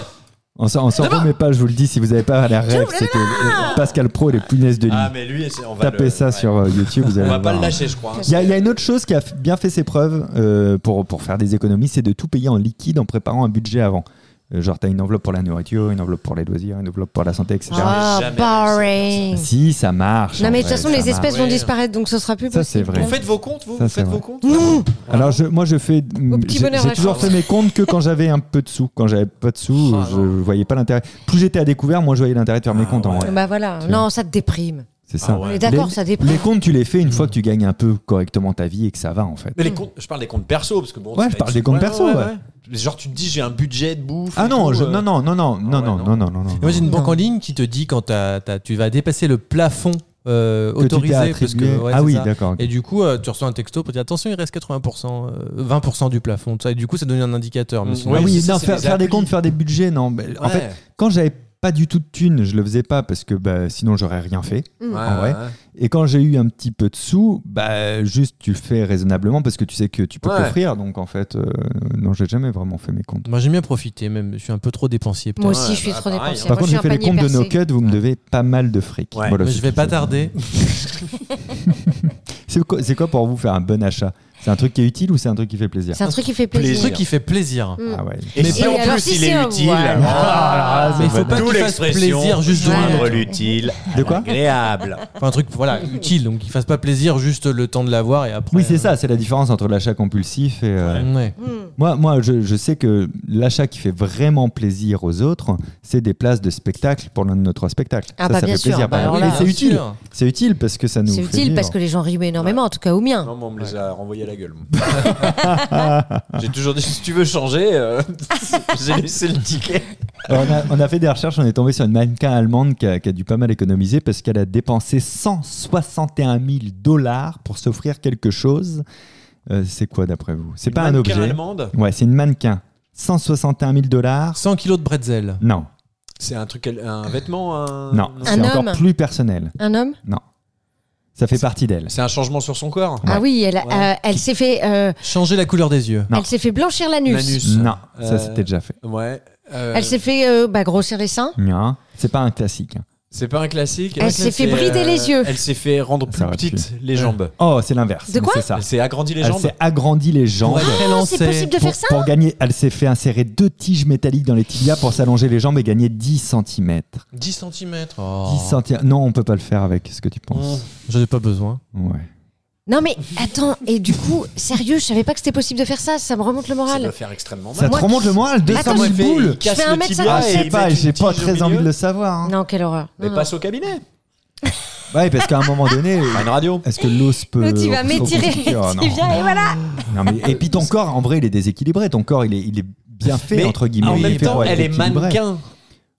Speaker 2: On s'en on s'en remet pas, je vous le dis, si vous n'avez pas la rêve, c'était euh, Pascal Pro et les punaises de lit.
Speaker 5: Ah, mais lui, c'est- on va
Speaker 2: Tapez
Speaker 5: le-
Speaker 2: ça
Speaker 5: ouais.
Speaker 2: sur euh, YouTube, vous
Speaker 5: On
Speaker 2: allez
Speaker 5: va pas
Speaker 2: voir.
Speaker 5: le lâcher, je crois. hein.
Speaker 2: Il y, a- il y a une autre chose qui a f- bien fait ses preuves euh, pour, pour faire des économies, c'est de tout payer en liquide en préparant un budget avant. Euh, genre, tu as une enveloppe pour la nourriture, une enveloppe pour les loisirs, une enveloppe pour la santé, et cetera.
Speaker 3: Ah,
Speaker 5: jamais
Speaker 3: boring.
Speaker 2: Si, ça marche.
Speaker 3: Non,
Speaker 2: en
Speaker 3: mais de
Speaker 2: vrai,
Speaker 3: toute façon,
Speaker 2: ça
Speaker 3: les
Speaker 2: marche.
Speaker 3: espèces vont
Speaker 5: Ouais.
Speaker 3: disparaître, donc ce sera plus
Speaker 2: Ça,
Speaker 3: possible.
Speaker 2: c'est vrai.
Speaker 5: Vous faites vos comptes, vous
Speaker 2: Ça,
Speaker 5: Vous
Speaker 2: c'est
Speaker 5: faites
Speaker 2: vrai.
Speaker 5: vos comptes
Speaker 3: Non.
Speaker 2: Alors, je, moi, je fais.
Speaker 3: petit
Speaker 2: J'ai
Speaker 3: bonheur
Speaker 2: j'ai
Speaker 3: la
Speaker 2: toujours
Speaker 3: chance.
Speaker 2: fait mes comptes que quand j'avais un peu de sous. Quand j'avais pas de sous,
Speaker 5: Ah,
Speaker 2: je
Speaker 5: non.
Speaker 2: voyais pas l'intérêt. Plus j'étais à découvert, moins je voyais l'intérêt de faire mes
Speaker 5: Ah,
Speaker 2: comptes en
Speaker 5: ouais.
Speaker 2: vrai.
Speaker 3: Bah voilà,
Speaker 2: Tu vois.
Speaker 3: non, ça te déprime.
Speaker 2: C'est ça.
Speaker 5: Ah ouais.
Speaker 3: On est d'accord,
Speaker 2: Les-
Speaker 3: ça déprime.
Speaker 2: Les comptes, tu les fais une fois que tu gagnes un peu correctement ta vie et que ça va en fait.
Speaker 5: Mais les comptes, je parle des comptes perso, parce que bon.
Speaker 2: Ouais,
Speaker 5: c'est
Speaker 2: je
Speaker 5: pas
Speaker 2: parle
Speaker 5: une-
Speaker 2: des comptes perso, ouais.
Speaker 5: Genre, tu te dis, j'ai un budget de bouffe.
Speaker 2: Ah
Speaker 5: et
Speaker 2: non,
Speaker 5: tout,
Speaker 2: je-
Speaker 5: euh.
Speaker 2: non, non, non, non, non,
Speaker 5: ouais,
Speaker 2: non,
Speaker 5: non.
Speaker 2: non, non, non, non.
Speaker 4: Moi, j'ai une banque
Speaker 3: Non.
Speaker 4: en ligne qui te dit quand t'as- t'as- tu vas dépasser le plafond euh,
Speaker 2: Que tu t'es
Speaker 4: autorisé. Parce que,
Speaker 2: attribué.
Speaker 4: ouais,
Speaker 2: ah
Speaker 4: c'est
Speaker 2: oui,
Speaker 4: ça.
Speaker 2: d'accord. ok.
Speaker 4: Et du coup, euh, tu reçois un texto pour dire attention, il reste quatre-vingts pour cent, euh, vingt pour cent du plafond. Tout ça. Et du coup, ça donne un indicateur. Mais
Speaker 5: Mm.
Speaker 4: sinon-
Speaker 2: Ah
Speaker 5: Ouais,
Speaker 2: oui,
Speaker 5: c'est ça,
Speaker 2: non,
Speaker 5: c'est
Speaker 2: faire,
Speaker 5: les
Speaker 2: faire des
Speaker 5: applis.
Speaker 2: comptes, faire des budgets, non. mais En
Speaker 5: Ouais.
Speaker 2: fait, quand j'avais pas du tout de thunes, je le faisais pas parce que bah, sinon j'aurais rien fait.
Speaker 3: Mm.
Speaker 5: Ouais,
Speaker 2: en vrai.
Speaker 5: ouais.
Speaker 2: Et quand j'ai eu un petit peu de sous, bah juste tu le fais raisonnablement parce que tu sais que tu peux
Speaker 5: Ouais.
Speaker 2: t'offrir. Donc en fait, euh, non, j'ai jamais vraiment fait mes comptes.
Speaker 4: Moi, j'aime bien profiter, même. Je suis un peu trop dépensier. peut-être.
Speaker 3: Moi aussi,
Speaker 5: Ouais,
Speaker 3: je suis
Speaker 5: bah,
Speaker 3: trop
Speaker 5: pareil.
Speaker 3: dépensière.
Speaker 2: Par
Speaker 3: Moi,
Speaker 2: contre,
Speaker 3: je
Speaker 2: j'ai
Speaker 3: suis
Speaker 2: fait
Speaker 3: un
Speaker 2: les comptes
Speaker 3: panier
Speaker 2: de nos
Speaker 3: percé.
Speaker 2: cuts, vous me devez pas mal de fric.
Speaker 5: Ouais.
Speaker 2: Voilà,
Speaker 4: Mais
Speaker 2: c'est
Speaker 4: je vais
Speaker 2: tout.
Speaker 4: pas tarder.
Speaker 2: C'est quoi, c'est quoi pour vous faire un bon achat? C'est un truc qui est utile ou c'est un truc qui fait plaisir?
Speaker 3: C'est un truc qui fait
Speaker 4: Un
Speaker 3: plaisir.
Speaker 4: truc qui fait plaisir.
Speaker 3: Mm.
Speaker 2: Ah ouais.
Speaker 5: Et
Speaker 4: Mais
Speaker 5: si
Speaker 3: et
Speaker 5: en
Speaker 3: alors,
Speaker 5: plus
Speaker 3: si
Speaker 5: il
Speaker 3: c'est
Speaker 5: est
Speaker 3: un-
Speaker 5: utile.
Speaker 3: voilà.
Speaker 2: Ah,
Speaker 4: Mais il
Speaker 2: c'est
Speaker 4: faut
Speaker 2: bon.
Speaker 4: pas
Speaker 5: D'où
Speaker 4: qu'il fasse
Speaker 5: l'expression,
Speaker 4: plaisir juste de
Speaker 3: Voilà.
Speaker 5: joindre
Speaker 4: mettre.
Speaker 5: l'utile à
Speaker 2: De quoi
Speaker 5: l'agréable.
Speaker 4: Enfin, un truc voilà, utile, donc qu'il fasse pas plaisir juste le temps de l'avoir et après.
Speaker 2: Oui, c'est ça, c'est la différence entre l'achat compulsif et. euh,
Speaker 4: Ouais.
Speaker 3: Mm.
Speaker 2: Moi, moi je, je sais que l'achat qui fait vraiment plaisir aux autres, c'est des places de spectacle pour l'un de nos trois spectacles.
Speaker 3: Ah
Speaker 2: ça,
Speaker 3: bah
Speaker 2: ça
Speaker 3: bien
Speaker 2: fait
Speaker 3: sûr,
Speaker 2: plaisir.
Speaker 3: bah
Speaker 2: Bah
Speaker 3: alors
Speaker 2: oui,
Speaker 3: là,
Speaker 2: mais c'est
Speaker 4: bien
Speaker 2: utile.
Speaker 4: sûr.
Speaker 2: C'est utile parce que ça nous
Speaker 3: C'est
Speaker 2: fait
Speaker 3: utile parce
Speaker 2: vivre.
Speaker 3: que les gens rient énormément, en tout cas au mien.
Speaker 5: Non, moi, on me les a renvoyés à la gueule. moi. J'ai toujours dit, si tu veux changer, euh, j'ai laissé le ticket.
Speaker 2: Alors, on, a, on a fait des recherches, on est tombé sur une mannequin allemande qui a, qui a dû pas mal économiser parce qu'elle a dépensé cent soixante et un mille dollars pour s'offrir quelque chose. Euh, c'est quoi d'après vous? C'est pas un
Speaker 5: Mannequin
Speaker 2: objet.
Speaker 5: allemande,
Speaker 2: Ouais, c'est une mannequin. cent soixante et un mille dollars.
Speaker 4: cent kilos de bretzel.
Speaker 2: Non,
Speaker 5: c'est un truc, un vêtement, un...
Speaker 2: non,
Speaker 3: Un
Speaker 2: c'est encore
Speaker 3: homme.
Speaker 2: plus personnel.
Speaker 3: Un homme
Speaker 2: Ça fait partie d'elle.
Speaker 5: C'est un changement sur son corps.
Speaker 3: Ah oui, elle, a-
Speaker 5: Ouais.
Speaker 3: euh, elle s'est fait, euh,
Speaker 4: Changer la couleur des yeux.
Speaker 2: Non.
Speaker 3: elle s'est fait blanchir l'anus.
Speaker 5: L'anus.
Speaker 2: Non, ça
Speaker 5: Euh,
Speaker 2: c'était déjà fait.
Speaker 5: Ouais. euh,
Speaker 3: Elle s'est fait euh, bah, grossir les seins.
Speaker 2: Non, c'est pas un classique. hein.
Speaker 5: C'est pas un classique.
Speaker 3: Elle s'est fait brider les yeux.
Speaker 5: Elle s'est fait rendre
Speaker 2: Ça
Speaker 5: plus
Speaker 2: aurait pu.
Speaker 5: petites les jambes.
Speaker 2: Oh, c'est l'inverse.
Speaker 3: De
Speaker 2: mais
Speaker 3: quoi
Speaker 2: c'est ça.
Speaker 5: Elle s'est agrandi les
Speaker 2: Elle
Speaker 5: jambes.
Speaker 2: s'est agrandi les jambes.
Speaker 4: Pour être
Speaker 3: Ah,
Speaker 4: élancé.
Speaker 3: c'est possible de
Speaker 2: Pour,
Speaker 3: faire ça
Speaker 2: pour gagner, elle s'est fait insérer deux tiges métalliques dans les tibias pour s'allonger les jambes et gagner dix centimètres.
Speaker 4: dix centimètres. Oh.
Speaker 2: dix centimètres. Non, on peut pas le faire avec ce que tu penses.
Speaker 4: J'en ai pas besoin.
Speaker 2: Ouais.
Speaker 3: Non mais attends, et du coup, sérieux, je savais pas que c'était possible de faire ça, ça me remonte le
Speaker 5: Ça
Speaker 3: moral.
Speaker 5: doit faire extrêmement
Speaker 2: Ça
Speaker 5: mal.
Speaker 2: te
Speaker 3: Moi-
Speaker 2: remonte le moral, deux cent
Speaker 3: Attends,
Speaker 2: mille
Speaker 3: je fais-
Speaker 2: boules.
Speaker 5: Il casse
Speaker 3: fais un
Speaker 5: le
Speaker 3: mètre
Speaker 5: tibia
Speaker 2: Ah,
Speaker 3: cinquante.
Speaker 2: je
Speaker 5: et
Speaker 2: sais
Speaker 5: il
Speaker 2: pas,
Speaker 5: met
Speaker 2: j'ai
Speaker 5: une
Speaker 2: pas
Speaker 5: tige au
Speaker 2: très envie
Speaker 5: milieu.
Speaker 2: de le savoir. hein.
Speaker 3: Non, quelle horreur.
Speaker 5: Mais
Speaker 3: Non,
Speaker 5: passe au cabinet.
Speaker 2: Ouais, parce qu'à un moment donné,
Speaker 5: Pas une radio.
Speaker 2: est-ce que l'os peut.
Speaker 3: non. Tu vas
Speaker 2: se
Speaker 3: m'étirer,
Speaker 2: reconstruire Oh, non.
Speaker 3: tu viens et voilà.
Speaker 2: Non, mais, et puis ton corps, en vrai, il est déséquilibré. Ton corps, il est, il est bien fait,
Speaker 5: Mais
Speaker 2: entre guillemets.
Speaker 5: en
Speaker 2: il est
Speaker 5: même
Speaker 2: fait
Speaker 5: temps,
Speaker 2: pour être
Speaker 5: elle est
Speaker 2: équilibré.
Speaker 5: mannequin.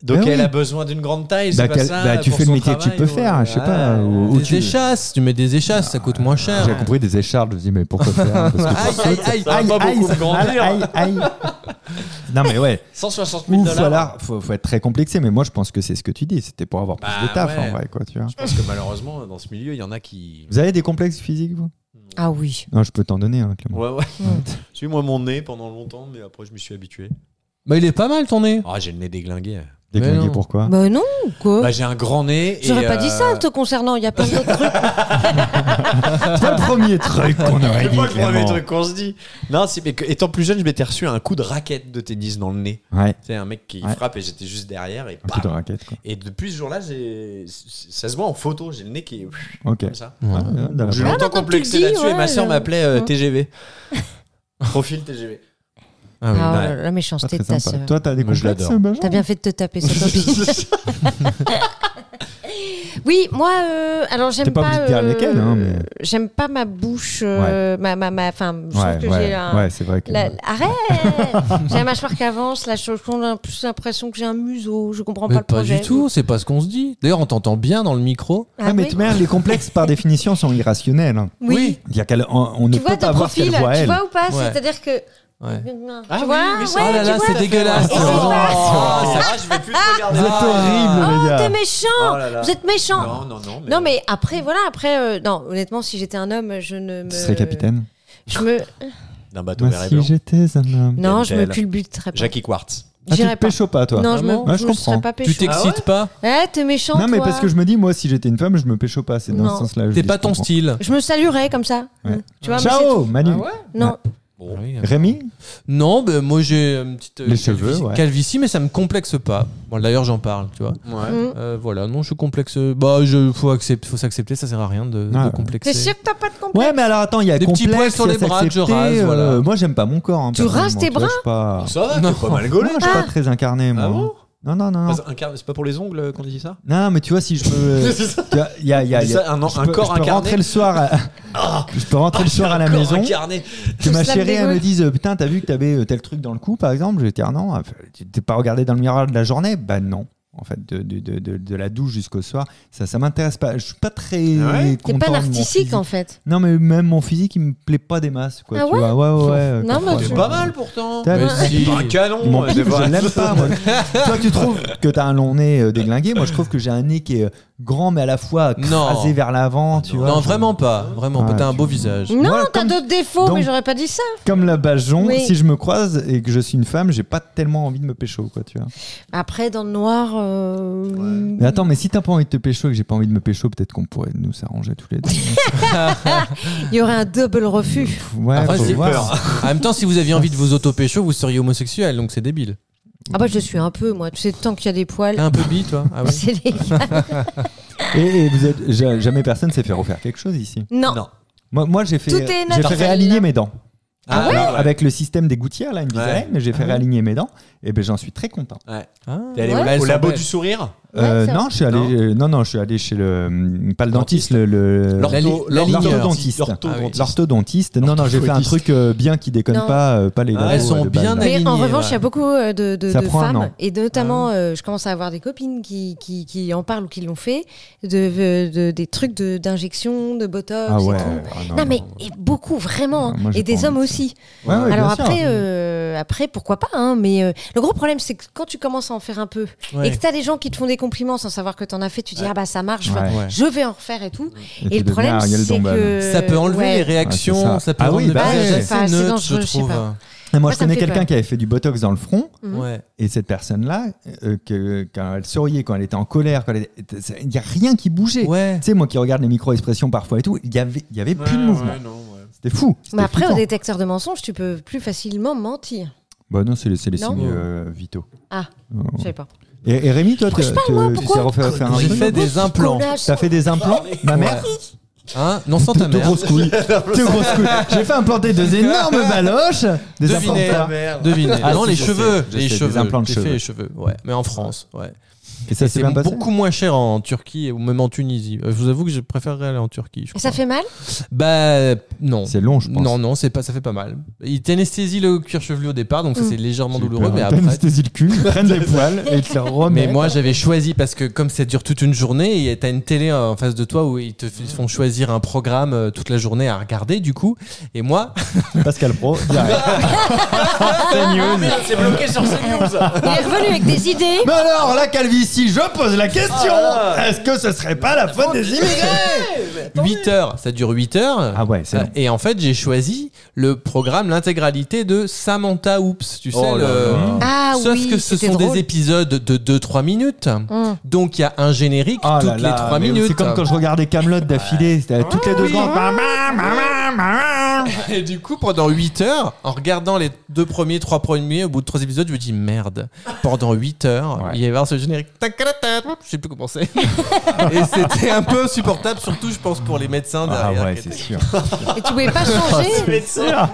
Speaker 5: Donc
Speaker 2: Ah
Speaker 5: elle
Speaker 2: oui.
Speaker 5: a besoin d'une grande taille, c'est
Speaker 2: Bah,
Speaker 5: pas
Speaker 2: quel-
Speaker 5: ça
Speaker 2: bah, tu
Speaker 5: pour
Speaker 2: fais le
Speaker 5: son
Speaker 2: métier que tu
Speaker 5: travail,
Speaker 2: peux
Speaker 5: ou-
Speaker 2: faire, je sais pas,
Speaker 5: Ouais.
Speaker 2: ou- ou
Speaker 4: Des
Speaker 2: tu-
Speaker 4: échasses, tu mets des échasses, ça coûte moins cher.
Speaker 2: J'ai compris des échardes, je me dis mais pourquoi faire Parce que pour
Speaker 4: Aïe, aïe,
Speaker 2: sauter-
Speaker 4: aïe,
Speaker 5: ça va pas beaucoup
Speaker 2: ça-
Speaker 5: me grandir.
Speaker 2: aïe, aïe. Non mais ouais,
Speaker 5: cent soixante mille
Speaker 2: ou
Speaker 5: dollars.
Speaker 2: voilà, faut, faut être très complexé, mais moi je pense que c'est ce que tu dis, c'était pour avoir plus
Speaker 5: Bah,
Speaker 2: de taf
Speaker 5: ouais.
Speaker 2: en vrai quoi, tu vois.
Speaker 5: Je pense que malheureusement, dans ce milieu, il y en a qui.
Speaker 2: Vous avez des complexes physiques vous?
Speaker 3: Ah oui.
Speaker 2: Non, je peux t'en donner hein, Clément.
Speaker 5: Ouais, ouais.
Speaker 3: Mm.
Speaker 5: Suis-moi mon nez pendant longtemps, mais après, je m'y suis habitué.
Speaker 4: Bah, il est pas mal ton nez.
Speaker 5: Ah, j'ai le nez déglingué.
Speaker 2: Déglingué
Speaker 4: Mais non.
Speaker 2: pourquoi?
Speaker 3: Bah non, quoi.
Speaker 5: Bah, j'ai un grand nez.
Speaker 3: J'aurais
Speaker 5: et,
Speaker 3: pas dit
Speaker 5: euh,
Speaker 3: ça te concernant, il y a plein d'autres trucs.
Speaker 2: C'est pas le premier truc qu'on aurait
Speaker 5: C'est
Speaker 2: dit
Speaker 5: pas le premier
Speaker 2: Clément.
Speaker 5: truc qu'on se dit. Non, c'est mais que, étant plus jeune, je m'étais reçu un coup de raquette de tennis dans le nez.
Speaker 2: Ouais,
Speaker 5: Tu sais, un mec qui
Speaker 2: Ouais.
Speaker 5: frappe et j'étais juste derrière et
Speaker 2: un coup de
Speaker 5: bam.
Speaker 2: raquette quoi.
Speaker 5: Et depuis ce jour-là, j'ai- ça se voit en photo. J'ai le nez qui est
Speaker 2: Ok.
Speaker 5: comme ça.
Speaker 2: Ah, ouais, dans la
Speaker 5: J'ai
Speaker 2: blague.
Speaker 5: longtemps
Speaker 3: maintenant que tu
Speaker 5: complexé
Speaker 3: le dis,
Speaker 5: là-dessus et ma
Speaker 3: ouais,
Speaker 5: soeur
Speaker 3: je-
Speaker 5: m'appelait euh,
Speaker 3: Mm.
Speaker 5: T G V. Profil T G V.
Speaker 4: Ah oui.
Speaker 3: Ah,
Speaker 5: ouais.
Speaker 3: la
Speaker 2: Pas
Speaker 3: méchanceté
Speaker 2: très
Speaker 3: de ta
Speaker 2: sympa.
Speaker 3: sœur.
Speaker 2: Toi t'as des
Speaker 5: Moi, je
Speaker 2: complexes
Speaker 5: l'adore.
Speaker 2: Benjamin?
Speaker 3: T'as bien fait de te taper sa copine. Oui, moi, euh, alors j'aime
Speaker 2: T'es pas
Speaker 3: pas.
Speaker 2: obligé de dire
Speaker 3: euh,
Speaker 2: lesquelles, hein, mais-
Speaker 3: J'aime pas ma bouche, euh, ma, ma, ma, enfin, je trouve
Speaker 2: Ouais,
Speaker 3: que
Speaker 2: ouais,
Speaker 3: j'ai un.
Speaker 2: ouais, c'est vrai que.
Speaker 3: La- arrête J'ai la mâchoire qui avance, là, je j'ai plus l'impression que j'ai un museau, je comprends
Speaker 4: Mais
Speaker 3: pas le
Speaker 4: pas
Speaker 3: projet.
Speaker 4: du tout, c'est pas ce qu'on se dit. D'ailleurs, on t'entend bien dans le micro.
Speaker 3: Ah
Speaker 2: Ouais, mais
Speaker 3: oui.
Speaker 2: tu vois, les complexes par définition sont irrationnels. hein.
Speaker 3: Oui.
Speaker 2: C'est-à-dire qu'elle- on, on ne
Speaker 3: Tu vois
Speaker 2: peut pas
Speaker 3: de
Speaker 2: voir ce
Speaker 3: profil,
Speaker 2: qu'elle voit
Speaker 3: tu
Speaker 2: elle.
Speaker 3: vois ou pas
Speaker 4: Ouais.
Speaker 3: C'est-à-dire que.
Speaker 4: Ouais.
Speaker 5: Ah
Speaker 3: tu
Speaker 5: oui,
Speaker 3: vois
Speaker 5: oui, c'est
Speaker 3: ouais,
Speaker 5: vrai.
Speaker 4: Oh là
Speaker 3: tu
Speaker 4: là,
Speaker 3: vois
Speaker 4: c'est dégueulasse.
Speaker 3: Et c'est pas-
Speaker 5: Oh, ça va, je vais plus te regarder.
Speaker 2: Vous êtes horribles,
Speaker 3: Oh,
Speaker 2: les gars.
Speaker 3: t'es méchant
Speaker 5: Oh là là.
Speaker 3: Vous êtes méchant
Speaker 5: Non, non, non. Mais...
Speaker 3: Non, mais après, voilà, après, euh, non, honnêtement, si j'étais un homme, je ne me.
Speaker 2: Tu serais capitaine.
Speaker 3: Je me.
Speaker 5: D'un bateau
Speaker 2: Moi,
Speaker 5: vert et
Speaker 2: si
Speaker 5: blanc.
Speaker 2: j'étais un homme.
Speaker 3: Non, je me
Speaker 5: Tel.
Speaker 3: culbuterais pas.
Speaker 5: Jackie Quartz.
Speaker 2: Ah, tu
Speaker 3: J'irais
Speaker 2: te
Speaker 3: pas.
Speaker 2: pécho pas, toi?
Speaker 3: Non, je me,
Speaker 4: Vraiment
Speaker 2: Ouais, je
Speaker 3: je
Speaker 2: comprends.
Speaker 3: serais pas
Speaker 4: Tu
Speaker 3: pécho.
Speaker 4: t'excites pas.
Speaker 3: Eh, t'es méchant,
Speaker 2: Non, mais
Speaker 3: toi.
Speaker 2: parce que je me dis, moi, si j'étais une femme, je me pécho pas. C'est dans
Speaker 3: Non.
Speaker 2: ce sens-là. je
Speaker 4: T'es
Speaker 2: dis,
Speaker 4: pas
Speaker 2: je
Speaker 4: ton
Speaker 2: comprends.
Speaker 4: style.
Speaker 3: Je me saluerais comme ça.
Speaker 2: Ouais.
Speaker 3: Tu vois, mais c'est
Speaker 2: Ciao,
Speaker 3: tout.
Speaker 2: Manu.
Speaker 3: Non.
Speaker 5: Bon.
Speaker 4: Ah oui.
Speaker 2: Rémi?
Speaker 4: Non, ben moi j'ai une petite euh,
Speaker 2: Les
Speaker 4: calvitie,
Speaker 2: cheveux, ouais.
Speaker 4: calvitie, mais ça me complexe pas. Bon, d'ailleurs, j'en parle, tu vois.
Speaker 5: Ouais.
Speaker 3: Mm.
Speaker 4: Euh, voilà, non, je complexe. Bah, je faut accepter, faut s'accepter, ça sert à rien de,
Speaker 2: Ah,
Speaker 4: de
Speaker 2: ouais.
Speaker 4: complexer.
Speaker 3: T'es sûr que t'as pas de complexe?
Speaker 2: Ouais, mais alors attends, il y a
Speaker 4: Des petits
Speaker 2: complexe,
Speaker 4: poils sur
Speaker 2: il y a
Speaker 4: les bras que je
Speaker 2: s'accepter,
Speaker 4: rase,
Speaker 2: euh,
Speaker 4: voilà.
Speaker 2: Moi, j'aime pas mon corps. hein,
Speaker 3: Tu rases
Speaker 2: personnellement,
Speaker 3: tes
Speaker 2: tu vois,
Speaker 3: bras
Speaker 2: je suis pas...
Speaker 5: Ça va,
Speaker 4: Non.
Speaker 5: t'es pas mal gaulé.
Speaker 2: Moi, je suis
Speaker 3: Ah.
Speaker 2: pas très incarné, moi.
Speaker 5: Ah bon
Speaker 2: Non, non, non. non.
Speaker 5: Un car- C'est pas pour les ongles qu'on dit ça
Speaker 2: Non, mais tu vois, si je me.
Speaker 5: C'est ça.
Speaker 2: Tu vois, il y a, il y a,
Speaker 5: On dit
Speaker 2: il y a-
Speaker 5: ça, un,
Speaker 2: je
Speaker 5: un
Speaker 2: peux-
Speaker 5: corps
Speaker 2: je peux
Speaker 5: incarné.
Speaker 2: rentrer le soir. À... je peux rentrer le soir à la
Speaker 5: Un corps
Speaker 2: maison.
Speaker 5: incarné.
Speaker 2: Que ma
Speaker 3: Tout ça me
Speaker 2: chérie elle
Speaker 3: dégoûte.
Speaker 2: me dise putain t'as vu que t'avais euh, tel truc dans le cou par exemple, je vais dire non, tu t'es pas regardé dans le miroir de la journée, bah non. En fait, de, de, de, de, de la douche jusqu'au soir, ça, ça m'intéresse pas. Je suis pas très
Speaker 5: Ah ouais
Speaker 2: content
Speaker 3: T'es pas
Speaker 2: de mon
Speaker 3: narcissique
Speaker 2: physique.
Speaker 3: en fait.
Speaker 2: Non, mais même mon physique, il me plaît pas des masses, quoi.
Speaker 3: Ah
Speaker 2: tu
Speaker 3: ouais
Speaker 2: vois, ouais, ouais, ouais.
Speaker 3: Non,
Speaker 2: quand-
Speaker 3: mais
Speaker 2: quand-
Speaker 3: je-
Speaker 5: C'est pas mal pourtant.
Speaker 2: T'as
Speaker 4: Mais
Speaker 2: vu
Speaker 4: si.
Speaker 5: Pas un canon.
Speaker 2: Mon
Speaker 5: ouais,
Speaker 2: pif,
Speaker 5: c'est vrai.
Speaker 2: je l'aime pas, moi. Toi, tu trouves que t'as un long nez euh, déglingué. Moi, je trouve que j'ai un nez qui est grand, mais à la fois
Speaker 4: Non.
Speaker 2: crasé vers l'avant, tu vois.
Speaker 4: Non, vraiment pas, vraiment pas.
Speaker 2: Ouais,
Speaker 4: T'as un
Speaker 2: tu-
Speaker 4: beau visage.
Speaker 3: Non,
Speaker 2: Moi,
Speaker 3: t'as
Speaker 2: comme-
Speaker 3: d'autres défauts,
Speaker 2: donc-
Speaker 3: mais j'aurais pas dit ça.
Speaker 2: Comme la Bajon,
Speaker 3: Oui.
Speaker 2: si je me croise et que je suis une femme, j'ai pas tellement envie de me pécho, quoi, tu vois.
Speaker 3: Après, dans le noir. euh,
Speaker 2: Mais attends, mais si t'as pas envie de te pécho et que j'ai pas envie de me pécho, peut-être qu'on pourrait nous s'arranger tous les deux.
Speaker 3: Il y aurait un double refus.
Speaker 2: Ouais,
Speaker 4: Après,
Speaker 2: faut
Speaker 4: j'ai
Speaker 2: voir.
Speaker 5: peur.
Speaker 4: En même temps, si vous aviez envie de vous auto-pécho, vous seriez homosexuel, donc c'est débile.
Speaker 3: Ah bah je le suis un peu, moi. Tu sais, tant qu'il y a des poils.
Speaker 2: Ah.
Speaker 4: T'es un peu bi, toi. Ah oui.
Speaker 3: C'est les...
Speaker 2: Et, et vous êtes, ja- jamais personne s'est fait refaire quelque chose ici.
Speaker 3: Non.
Speaker 5: Non.
Speaker 2: Moi, moi j'ai fait,
Speaker 3: Tout est
Speaker 2: j'ai fait
Speaker 3: naturel.
Speaker 2: réaligner mes dents.
Speaker 5: Ah
Speaker 3: ouais
Speaker 5: ouais.
Speaker 2: Avec le système des gouttières, là, Invisalign,
Speaker 5: Ouais.
Speaker 2: mais j'ai fait
Speaker 3: Ah ouais.
Speaker 2: réaligner mes dents. Et ben j'en suis très content.
Speaker 5: Ouais.
Speaker 4: Ah.
Speaker 5: T'es allé
Speaker 3: Ouais.
Speaker 5: au-
Speaker 4: Elles
Speaker 5: au
Speaker 4: sont
Speaker 5: labo
Speaker 4: belles.
Speaker 5: du sourire
Speaker 2: Euh,
Speaker 3: c'est
Speaker 2: non, je suis allé,
Speaker 5: Non.
Speaker 2: euh, non, non, je suis allé chez le, hum, pas le dentiste,
Speaker 5: Dentiste.
Speaker 2: le, le-
Speaker 4: La li-
Speaker 5: L'ortho-
Speaker 4: la ligne.
Speaker 2: l'orthodontiste.
Speaker 5: L'orthodontiste.
Speaker 2: L'orthodontiste. Non, non, j'ai fait un
Speaker 5: L'orthodontiste.
Speaker 2: truc euh, bien qui déconne
Speaker 3: Non.
Speaker 2: pas, euh, pas les
Speaker 5: Ah,
Speaker 2: labos,
Speaker 4: elles sont
Speaker 2: euh, de
Speaker 4: bien
Speaker 2: base.
Speaker 3: Mais en
Speaker 4: aligné,
Speaker 3: revanche, il
Speaker 4: ouais.
Speaker 3: y a beaucoup euh, de, de,
Speaker 2: Ça
Speaker 3: de
Speaker 2: prend un
Speaker 3: femmes,
Speaker 2: an.
Speaker 3: et notamment, euh, je commence à avoir des copines qui, qui, qui en parlent ou qui l'ont fait, de, de- des trucs de- d'injection, de botox
Speaker 2: Ah ouais.
Speaker 3: et tout.
Speaker 2: ah
Speaker 3: Non,
Speaker 2: non,
Speaker 3: mais
Speaker 2: non.
Speaker 3: et beaucoup, vraiment.
Speaker 2: Ouais, moi, j'ai
Speaker 3: et
Speaker 2: pas
Speaker 3: des
Speaker 2: envie
Speaker 3: hommes
Speaker 2: de ça.
Speaker 3: aussi.
Speaker 2: Ouais, ouais,
Speaker 3: Alors
Speaker 2: bien sûr.
Speaker 3: après, euh, après, pourquoi pas, hein, mais euh, le gros problème, c'est que quand tu commences à en faire un peu,
Speaker 4: Ouais.
Speaker 3: et que tu as des gens qui te font des compliments sans savoir que tu en as fait, tu dis,
Speaker 5: Ouais.
Speaker 3: ah bah ça marche, enfin,
Speaker 2: Ouais.
Speaker 4: Ouais.
Speaker 3: je vais en refaire et tout.
Speaker 2: Et
Speaker 3: Et
Speaker 2: tu
Speaker 3: le
Speaker 2: deviens
Speaker 3: problème,
Speaker 2: Ariel
Speaker 3: c'est
Speaker 2: Dombal.
Speaker 3: que...
Speaker 4: Ça peut enlever
Speaker 3: ouais.
Speaker 4: les réactions,
Speaker 2: Ouais, c'est ça.
Speaker 4: ça peut
Speaker 2: Ah
Speaker 4: rendre
Speaker 2: oui,
Speaker 4: le
Speaker 2: bah
Speaker 4: visage
Speaker 2: ouais.
Speaker 4: assez
Speaker 3: Enfin, c'est
Speaker 4: neutre,
Speaker 3: dangereux,
Speaker 4: je
Speaker 3: je sais
Speaker 4: trouve.
Speaker 3: pas.
Speaker 2: Et moi,
Speaker 3: Moi,
Speaker 2: je
Speaker 3: ça me
Speaker 2: connais
Speaker 3: fait
Speaker 2: quelqu'un
Speaker 3: peur.
Speaker 2: qui avait fait du botox dans le front.
Speaker 3: Mhm.
Speaker 4: Ouais.
Speaker 2: Et cette personne-là, euh, que, quand elle souriait, quand elle était en colère, quand elle était- il n'y a rien qui bougeait.
Speaker 4: Ouais.
Speaker 2: Tu sais, moi qui regarde les micro-expressions parfois et tout, il y avait, il y avait plus de mouvement. C'était fou. C'était
Speaker 3: Mais après, au
Speaker 2: flippant.
Speaker 3: détecteur de mensonges, tu peux plus facilement mentir.
Speaker 2: Bah non, c'est les, c'est les
Speaker 3: Non.
Speaker 2: signes euh, vitaux.
Speaker 3: Ah,
Speaker 2: Euh,
Speaker 3: je sais pas.
Speaker 2: Et, et Rémi, toi,
Speaker 3: Pourquoi
Speaker 2: te-
Speaker 3: je parle,
Speaker 2: te-
Speaker 3: moi
Speaker 2: tu
Speaker 3: Pourquoi
Speaker 2: sais refaire faire un
Speaker 4: J'ai
Speaker 2: truc
Speaker 4: fait des implants.
Speaker 3: Connasse.
Speaker 2: T'as fait des implants, ma mère?
Speaker 4: Hein Non, sans ta
Speaker 2: Deux
Speaker 4: mère.
Speaker 2: grosses couilles. Deux grosses couilles. J'ai fait implanter deux énormes baloches. Des
Speaker 4: Devinez.
Speaker 2: implants.
Speaker 4: Devinez.
Speaker 2: Ah,
Speaker 4: non,
Speaker 2: si,
Speaker 4: les
Speaker 2: je
Speaker 4: cheveux.
Speaker 2: sais, je
Speaker 4: les
Speaker 2: sais,
Speaker 4: cheveux.
Speaker 2: des implants de
Speaker 4: J'ai fait
Speaker 2: cheveux.
Speaker 4: les cheveux. Ouais. Mais en France. Ouais.
Speaker 2: Et ça
Speaker 4: Et
Speaker 2: s'est
Speaker 4: c'est
Speaker 2: bien passé.
Speaker 4: beaucoup moins cher en Turquie ou même en Tunisie. Euh, Je vous avoue que je préférerais aller en Turquie. Je
Speaker 3: Et
Speaker 4: crois.
Speaker 3: ça fait mal?
Speaker 4: Bah non.
Speaker 2: C'est long, je pense.
Speaker 4: Non, non, c'est pas, ça fait pas mal. Il t'anesthésie le cuir chevelu au départ, donc ça
Speaker 3: Mm.
Speaker 4: c'est légèrement
Speaker 2: Super.
Speaker 4: douloureux, mais après.
Speaker 2: T'anesthésies le cul, ils prennent des poils et ils te les remettent.
Speaker 4: Mais moi j'avais choisi parce que comme ça dure toute une journée, et t'as une télé en face de toi où ils te f- font choisir un programme euh, toute la journée à regarder du coup. Et moi,
Speaker 2: Pascal Pro, direct. C'est news.
Speaker 5: C'est bloqué sur CNews.
Speaker 3: Il est revenu avec des idées.
Speaker 2: Mais alors, la calvitie, je pose la question.
Speaker 5: Ah.
Speaker 2: Est-ce que ce serait pas la faute des immigrés?
Speaker 4: huit heures, ça dure huit heures.
Speaker 2: Ah ouais, c'est long.
Speaker 4: Et en fait, j'ai choisi le programme, l'intégralité de Samantha Oops. Tu sais,
Speaker 5: Oh là
Speaker 4: le...
Speaker 5: là.
Speaker 3: Ah
Speaker 4: Sauf
Speaker 3: oui,
Speaker 4: que ce
Speaker 3: c'était
Speaker 4: sont
Speaker 3: drôle.
Speaker 4: des épisodes de deux trois minutes.
Speaker 3: Hum.
Speaker 4: Donc il y a un générique
Speaker 2: Oh
Speaker 4: toutes
Speaker 2: là
Speaker 4: les
Speaker 2: là,
Speaker 4: trois
Speaker 2: mais
Speaker 4: minutes.
Speaker 2: C'est comme quand je regardais Camelot d'affilée, c'était toutes les deux secondes.
Speaker 4: Et du coup, pendant huit heures, en regardant les deux premiers, trois premiers, au bout de trois épisodes, je me dis merde. Pendant huit heures,
Speaker 2: Ouais.
Speaker 4: il va y avoir ce générique. Je sais plus comment c'est. Et c'était un peu insupportable, surtout, je pense, pour les médecins
Speaker 2: Ah
Speaker 4: derrière.
Speaker 2: ouais,
Speaker 4: qui
Speaker 2: c'est
Speaker 4: étaient-
Speaker 2: sûr.
Speaker 3: Et tu pouvais pas changer?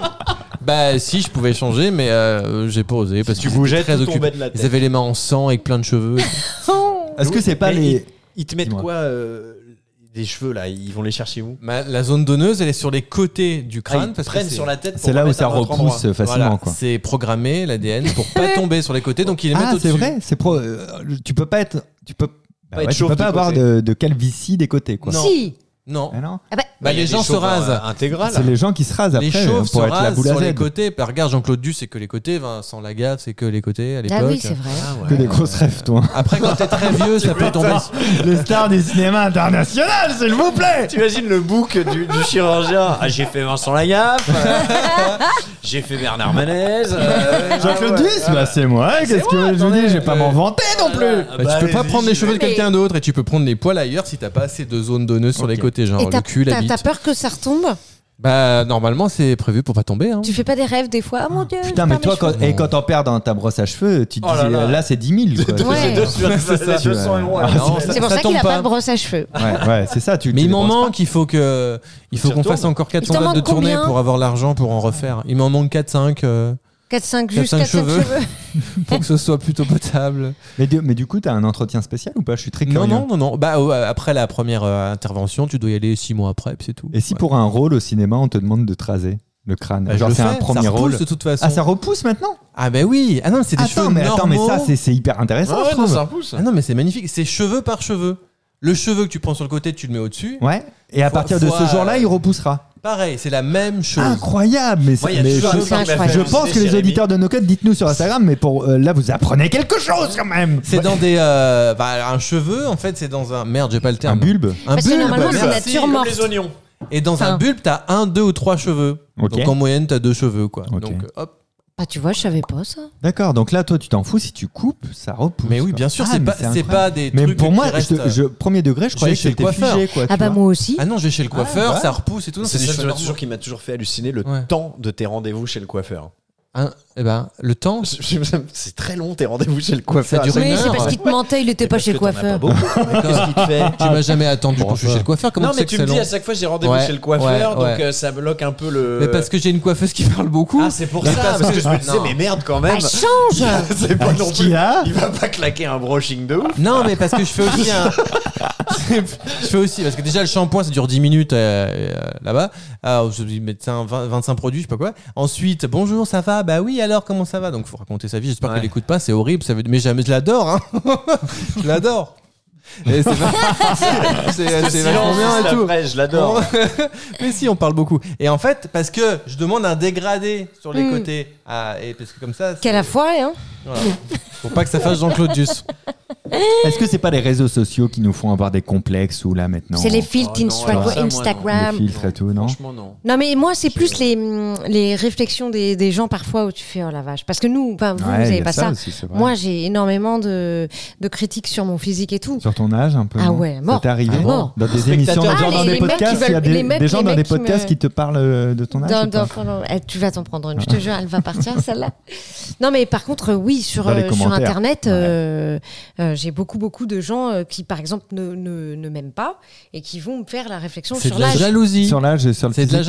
Speaker 4: Bah, si, je pouvais changer, mais euh, j'ai pas osé. Parce
Speaker 5: Tu
Speaker 4: que
Speaker 5: bougeais,
Speaker 4: très
Speaker 5: tout
Speaker 4: occupés.
Speaker 5: tombait de la
Speaker 4: Ils
Speaker 5: tête.
Speaker 4: avaient les mains en sang avec plein de cheveux.
Speaker 2: Est-ce que c'est pas
Speaker 5: Mais
Speaker 2: les.
Speaker 5: Ils te mettent
Speaker 2: Dis-moi.
Speaker 5: quoi euh, des cheveux là? Ils vont les chercher où?
Speaker 4: Ma- la zone donneuse, elle est sur les côtés du
Speaker 5: Ah,
Speaker 4: crâne.
Speaker 5: ils
Speaker 4: parce que
Speaker 5: prennent
Speaker 4: c'est-
Speaker 5: sur la tête. pour
Speaker 2: C'est là où
Speaker 5: remettre
Speaker 2: ça
Speaker 5: à un autre
Speaker 2: repousse
Speaker 5: endroit.
Speaker 2: facilement,
Speaker 4: Voilà,
Speaker 2: quoi.
Speaker 4: c'est programmé l'A D N pour pas tomber sur les côtés, donc ils les mettent
Speaker 2: Ah,
Speaker 4: au-dessus.
Speaker 2: c'est vrai, c'est pro. euh, Tu peux pas être. Tu peux. Bah
Speaker 5: être
Speaker 2: ouais, tu
Speaker 5: chauve
Speaker 2: peux pas
Speaker 5: du
Speaker 2: avoir
Speaker 5: côté.
Speaker 2: de, de calvitie des côtés, quoi.
Speaker 4: Non.
Speaker 3: Si.
Speaker 4: Non.
Speaker 2: Ah non.
Speaker 3: Ah bah,
Speaker 4: Bah,
Speaker 5: Il y a
Speaker 4: les
Speaker 5: des
Speaker 4: gens se
Speaker 5: chauves,
Speaker 4: rasent.
Speaker 5: euh, Intégrales.
Speaker 2: C'est les gens qui se rasent après
Speaker 4: Les chauves se
Speaker 2: pour être la
Speaker 4: rasent
Speaker 2: boule à
Speaker 4: sur les
Speaker 2: Z.
Speaker 4: côtés. Bah, regarde, Jean-Claude Duss, c'est que les côtés. Vincent Lagaffe, c'est que les côtés à l'époque.
Speaker 3: ah oui, c'est vrai.
Speaker 5: Ah ouais.
Speaker 2: Que des grosses rêves, toi.
Speaker 4: Après, quand t'es très vieux, ça peut tomber.
Speaker 2: Les stars du cinéma international, s'il vous plaît.
Speaker 5: T'imagines le book du, du chirurgien? Ah, j'ai fait Vincent Lagaffe. euh, j'ai fait Bernard Manez. euh,
Speaker 2: Jean-Claude
Speaker 5: ah ouais,
Speaker 2: Duss,
Speaker 5: ah
Speaker 2: bah
Speaker 5: ouais.
Speaker 2: c'est moi. Qu'est-ce que je vous dis? Je vais pas m'en vanter non plus.
Speaker 5: Ah,
Speaker 4: Bah,
Speaker 5: bah,
Speaker 4: tu peux pas
Speaker 5: allez-y,
Speaker 4: prendre les
Speaker 5: j'y
Speaker 4: cheveux de
Speaker 3: vais.
Speaker 4: quelqu'un d'autre et tu peux prendre les poils ailleurs si t'as pas assez de zones donneuses sur les
Speaker 2: Ok.
Speaker 4: côtés, genre
Speaker 3: Et
Speaker 4: le
Speaker 3: t'as
Speaker 4: cul, la
Speaker 3: t'as-
Speaker 4: bite.
Speaker 3: t'as peur que ça retombe?
Speaker 4: Bah, normalement, c'est prévu pour pas tomber. Hein.
Speaker 3: Tu fais pas des rêves des fois? Ah mon dieu.
Speaker 2: Putain,
Speaker 3: je
Speaker 2: mais
Speaker 3: perds
Speaker 2: toi,
Speaker 3: mes
Speaker 2: quand,
Speaker 3: cheveux.
Speaker 2: et quand t'en perds dans ta brosse à cheveux, tu te
Speaker 5: Oh là
Speaker 2: dis,
Speaker 5: là.
Speaker 2: là, c'est dix mille. Quoi.
Speaker 3: Ouais.
Speaker 5: J'ai deux sur
Speaker 4: C'est ça.
Speaker 5: deux cents euros.
Speaker 2: Ah,
Speaker 4: non,
Speaker 3: C'est pour
Speaker 4: ça
Speaker 3: ça qu'il
Speaker 4: tombe
Speaker 3: a pas
Speaker 4: pas.
Speaker 3: de brosse à cheveux.
Speaker 2: Ouais, ouais, c'est ça. Tu,
Speaker 4: Mais
Speaker 2: tu
Speaker 4: il
Speaker 2: les
Speaker 4: m'en
Speaker 2: brosses pas.
Speaker 4: manque, il faut que, il faut
Speaker 5: Tu
Speaker 4: qu'on
Speaker 5: retournes.
Speaker 4: fasse encore quatre
Speaker 3: Il t'en
Speaker 4: cents dates de
Speaker 3: manque
Speaker 4: tournée
Speaker 3: combien
Speaker 4: pour avoir l'argent pour en refaire. Il m'en manque quatre cinq euh,
Speaker 3: quatre cinq,
Speaker 4: Quatre,
Speaker 3: juste
Speaker 4: cinq
Speaker 3: quatre cinq
Speaker 4: cheveux.
Speaker 3: cheveux.
Speaker 4: pour que ce soit plutôt potable.
Speaker 2: Mais, du, mais du coup, t'as un entretien spécial ou pas? Je suis très curieux.
Speaker 4: Non, non, non, non. Bah, ouais, après la première euh, intervention, tu dois y aller six mois après, puis c'est tout.
Speaker 2: Et si
Speaker 4: Ouais.
Speaker 2: pour un rôle au cinéma, on te demande de te raser le crâne?
Speaker 4: Bah, je
Speaker 2: Genre,
Speaker 4: le
Speaker 2: c'est un
Speaker 4: fais,
Speaker 2: premier
Speaker 4: ça repousse
Speaker 2: rôle.
Speaker 4: de toute façon.
Speaker 2: Ah, ça repousse maintenant?
Speaker 4: Ah, bah oui. Ah non, c'est des
Speaker 2: Attends,
Speaker 4: cheveux
Speaker 2: mais
Speaker 4: normaux.
Speaker 2: attends, mais ça, c'est c'est hyper intéressant,
Speaker 5: Ah
Speaker 2: je
Speaker 5: ouais, non,
Speaker 2: trouve.
Speaker 5: ça repousse.
Speaker 4: Ah non, mais c'est magnifique. C'est cheveux par cheveux. Le cheveu que tu prends sur le côté, tu le mets au-dessus.
Speaker 2: Ouais. Et à
Speaker 4: Fois-
Speaker 2: partir de
Speaker 4: fois,
Speaker 2: ce jour-là,
Speaker 4: euh,
Speaker 2: il repoussera.
Speaker 4: Parein, c'est la même chose.
Speaker 2: Incroyable, mais,
Speaker 5: Moi, il y
Speaker 2: ça-
Speaker 5: a
Speaker 2: mais
Speaker 5: toujours
Speaker 2: je,
Speaker 5: un truc qui m'a fait
Speaker 3: incroyable.
Speaker 2: je
Speaker 5: halluciner
Speaker 2: pense que
Speaker 5: chez
Speaker 2: les
Speaker 5: Rémi.
Speaker 2: auditeurs de No Cut, dites-nous sur Instagram, mais pour euh, là, vous apprenez quelque chose quand même.
Speaker 4: C'est dans des. euh, bah, un cheveu, en fait, c'est dans un. Merde, j'ai pas le
Speaker 2: Un
Speaker 4: terme.
Speaker 2: bulbe.
Speaker 4: Un
Speaker 3: Parce que
Speaker 4: bulbe.
Speaker 3: normalement, c'est
Speaker 4: merci.
Speaker 3: nature
Speaker 5: Comme
Speaker 3: morte.
Speaker 5: les oignons.
Speaker 4: Et dans un
Speaker 3: Enfin.
Speaker 4: bulbe, t'as un, deux ou trois cheveux.
Speaker 2: Ok.
Speaker 4: Donc en moyenne, t'as deux cheveux, quoi.
Speaker 2: Ok.
Speaker 4: Donc hop.
Speaker 3: Bah tu vois, je savais pas ça.
Speaker 2: D'accord, donc là, toi, tu t'en fous si tu coupes, ça repousse.
Speaker 4: Mais oui,
Speaker 2: quoi.
Speaker 4: bien sûr,
Speaker 2: Ah,
Speaker 4: c'est
Speaker 2: mais
Speaker 4: pas,
Speaker 2: c'est
Speaker 4: c'est
Speaker 2: incroyable.
Speaker 4: pas des
Speaker 2: Mais
Speaker 4: trucs
Speaker 2: pour
Speaker 4: qui
Speaker 2: moi, je,
Speaker 4: restent.
Speaker 2: te- je- premier degré, je croyais que
Speaker 4: chez le
Speaker 2: c'était
Speaker 4: coiffeur.
Speaker 2: figé, quoi.
Speaker 3: Ah
Speaker 2: tu
Speaker 3: bah
Speaker 2: vois.
Speaker 3: moi aussi.
Speaker 4: Ah non, je vais chez le coiffeur,
Speaker 2: ouais.
Speaker 4: ça repousse et tout. Non,
Speaker 5: C'est
Speaker 4: des
Speaker 5: ça
Speaker 4: cheveux
Speaker 5: toujours
Speaker 4: normaux.
Speaker 5: qui m'a toujours fait halluciner, le
Speaker 4: Ouais.
Speaker 5: temps de tes rendez-vous chez le coiffeur.
Speaker 4: Hein, eh ben, le temps.
Speaker 5: C'est très long tes rendez-vous chez le coiffeur.
Speaker 4: Ça dure une
Speaker 3: Oui, c'est
Speaker 4: heure.
Speaker 3: parce qu'il te mentait, il était
Speaker 5: Mais
Speaker 3: pas
Speaker 5: parce
Speaker 3: chez le
Speaker 5: que t'en as pas
Speaker 3: coiffeur.
Speaker 5: beaucoup. Mais Qu'est-ce qu'il te fait?
Speaker 4: Tu m'as jamais attendu
Speaker 2: Bon,
Speaker 4: quand je suis
Speaker 2: ça.
Speaker 4: chez le coiffeur. Comment
Speaker 5: Non,
Speaker 4: tu
Speaker 5: mais
Speaker 4: sais que
Speaker 5: tu
Speaker 4: c'est
Speaker 5: me dis
Speaker 4: long
Speaker 5: à chaque fois j'ai rendez-vous
Speaker 4: Ouais,
Speaker 5: chez le coiffeur,
Speaker 4: ouais,
Speaker 5: donc
Speaker 4: ouais.
Speaker 5: euh, ça bloque un peu le.
Speaker 4: Mais parce que j'ai une coiffeuse qui parle beaucoup.
Speaker 5: Ah, c'est pour
Speaker 4: Mais
Speaker 5: ça.
Speaker 4: parce
Speaker 5: Parce
Speaker 4: que
Speaker 5: que je me disais,
Speaker 4: non.
Speaker 5: mais merde quand même.
Speaker 3: Bah change.
Speaker 5: C'est pas non
Speaker 2: Est-ce qu'il
Speaker 5: plus.
Speaker 2: y a
Speaker 5: Il va pas claquer un brushing de ouf.
Speaker 4: Non, mais parce que je fais aussi un. je fais aussi, parce que déjà le shampoing ça dure dix minutes euh, euh, là-bas. Alors je dis médecin vingt, vingt-cinq produits, je sais pas quoi. Ensuite, bonjour, ça va? Bah oui, alors comment ça va? Donc faut raconter sa vie. J'espère
Speaker 5: Ouais.
Speaker 4: qu'elle écoute pas, c'est horrible. Ça veut... Mais jamais, je l'adore, hein. Je l'adore. Et c'est va- c'est c'est vachement bien et tout.
Speaker 5: Après, je l'adore.
Speaker 4: Mais si, on parle beaucoup. Et en fait, parce que je demande un dégradé sur les
Speaker 3: Mm.
Speaker 4: côtés. Ah, et parce que comme ça. c'est-
Speaker 3: Quelle a foiré, hein.
Speaker 4: Voilà. Faut pas que ça fasse Jean-Claude Duss.
Speaker 2: Est-ce que c'est pas les réseaux sociaux qui nous font avoir des complexes ou là maintenant
Speaker 3: C'est les filtres
Speaker 5: Oh non,
Speaker 3: Instra-
Speaker 5: alors ça, moi, non.
Speaker 3: Instagram.
Speaker 2: les filtres et tout, non?
Speaker 5: Franchement, non.
Speaker 3: Non mais moi c'est plus les, hum, les réflexions des, des gens parfois où tu fais oh la vache parce que nous enfin, vous
Speaker 2: Ouais,
Speaker 3: vous
Speaker 2: il y
Speaker 3: avez
Speaker 2: a
Speaker 3: pas ça,
Speaker 2: aussi, c'est vrai.
Speaker 3: moi j'ai énormément de, de critiques sur mon physique et tout.
Speaker 2: Sur ton âge un peu.
Speaker 3: Ah
Speaker 2: non
Speaker 3: ouais,
Speaker 2: Ça
Speaker 3: mort.
Speaker 2: t'est arrivé
Speaker 3: Ah, mort.
Speaker 2: dans des
Speaker 5: Spectateurs.
Speaker 2: émissions,
Speaker 5: Ah,
Speaker 2: genre
Speaker 3: les-
Speaker 2: dans des
Speaker 3: les mecs qui
Speaker 2: podcasts, il y a
Speaker 3: veulent-
Speaker 2: des,
Speaker 3: les mecs-
Speaker 2: des gens
Speaker 3: les
Speaker 2: dans des
Speaker 3: mecs qui
Speaker 2: podcasts
Speaker 3: me-
Speaker 2: qui te parlent euh, de ton âge
Speaker 3: Dans-
Speaker 2: ou pas
Speaker 3: dans- eh, tu vas t'en prendre une, je te jure, elle va partir celle-là. Non mais par contre oui sur,
Speaker 2: Dans les
Speaker 3: euh, sur
Speaker 2: commentaires.
Speaker 3: internet
Speaker 2: Ouais.
Speaker 3: euh, euh, j'ai beaucoup beaucoup de gens euh, qui par exemple ne, ne, ne m'aiment pas et qui vont me faire la réflexion
Speaker 4: C'est
Speaker 3: sur
Speaker 4: de la
Speaker 3: l'âge.
Speaker 4: jalousie.
Speaker 2: Sur l'âge et sur le
Speaker 4: C'est de la
Speaker 2: physique.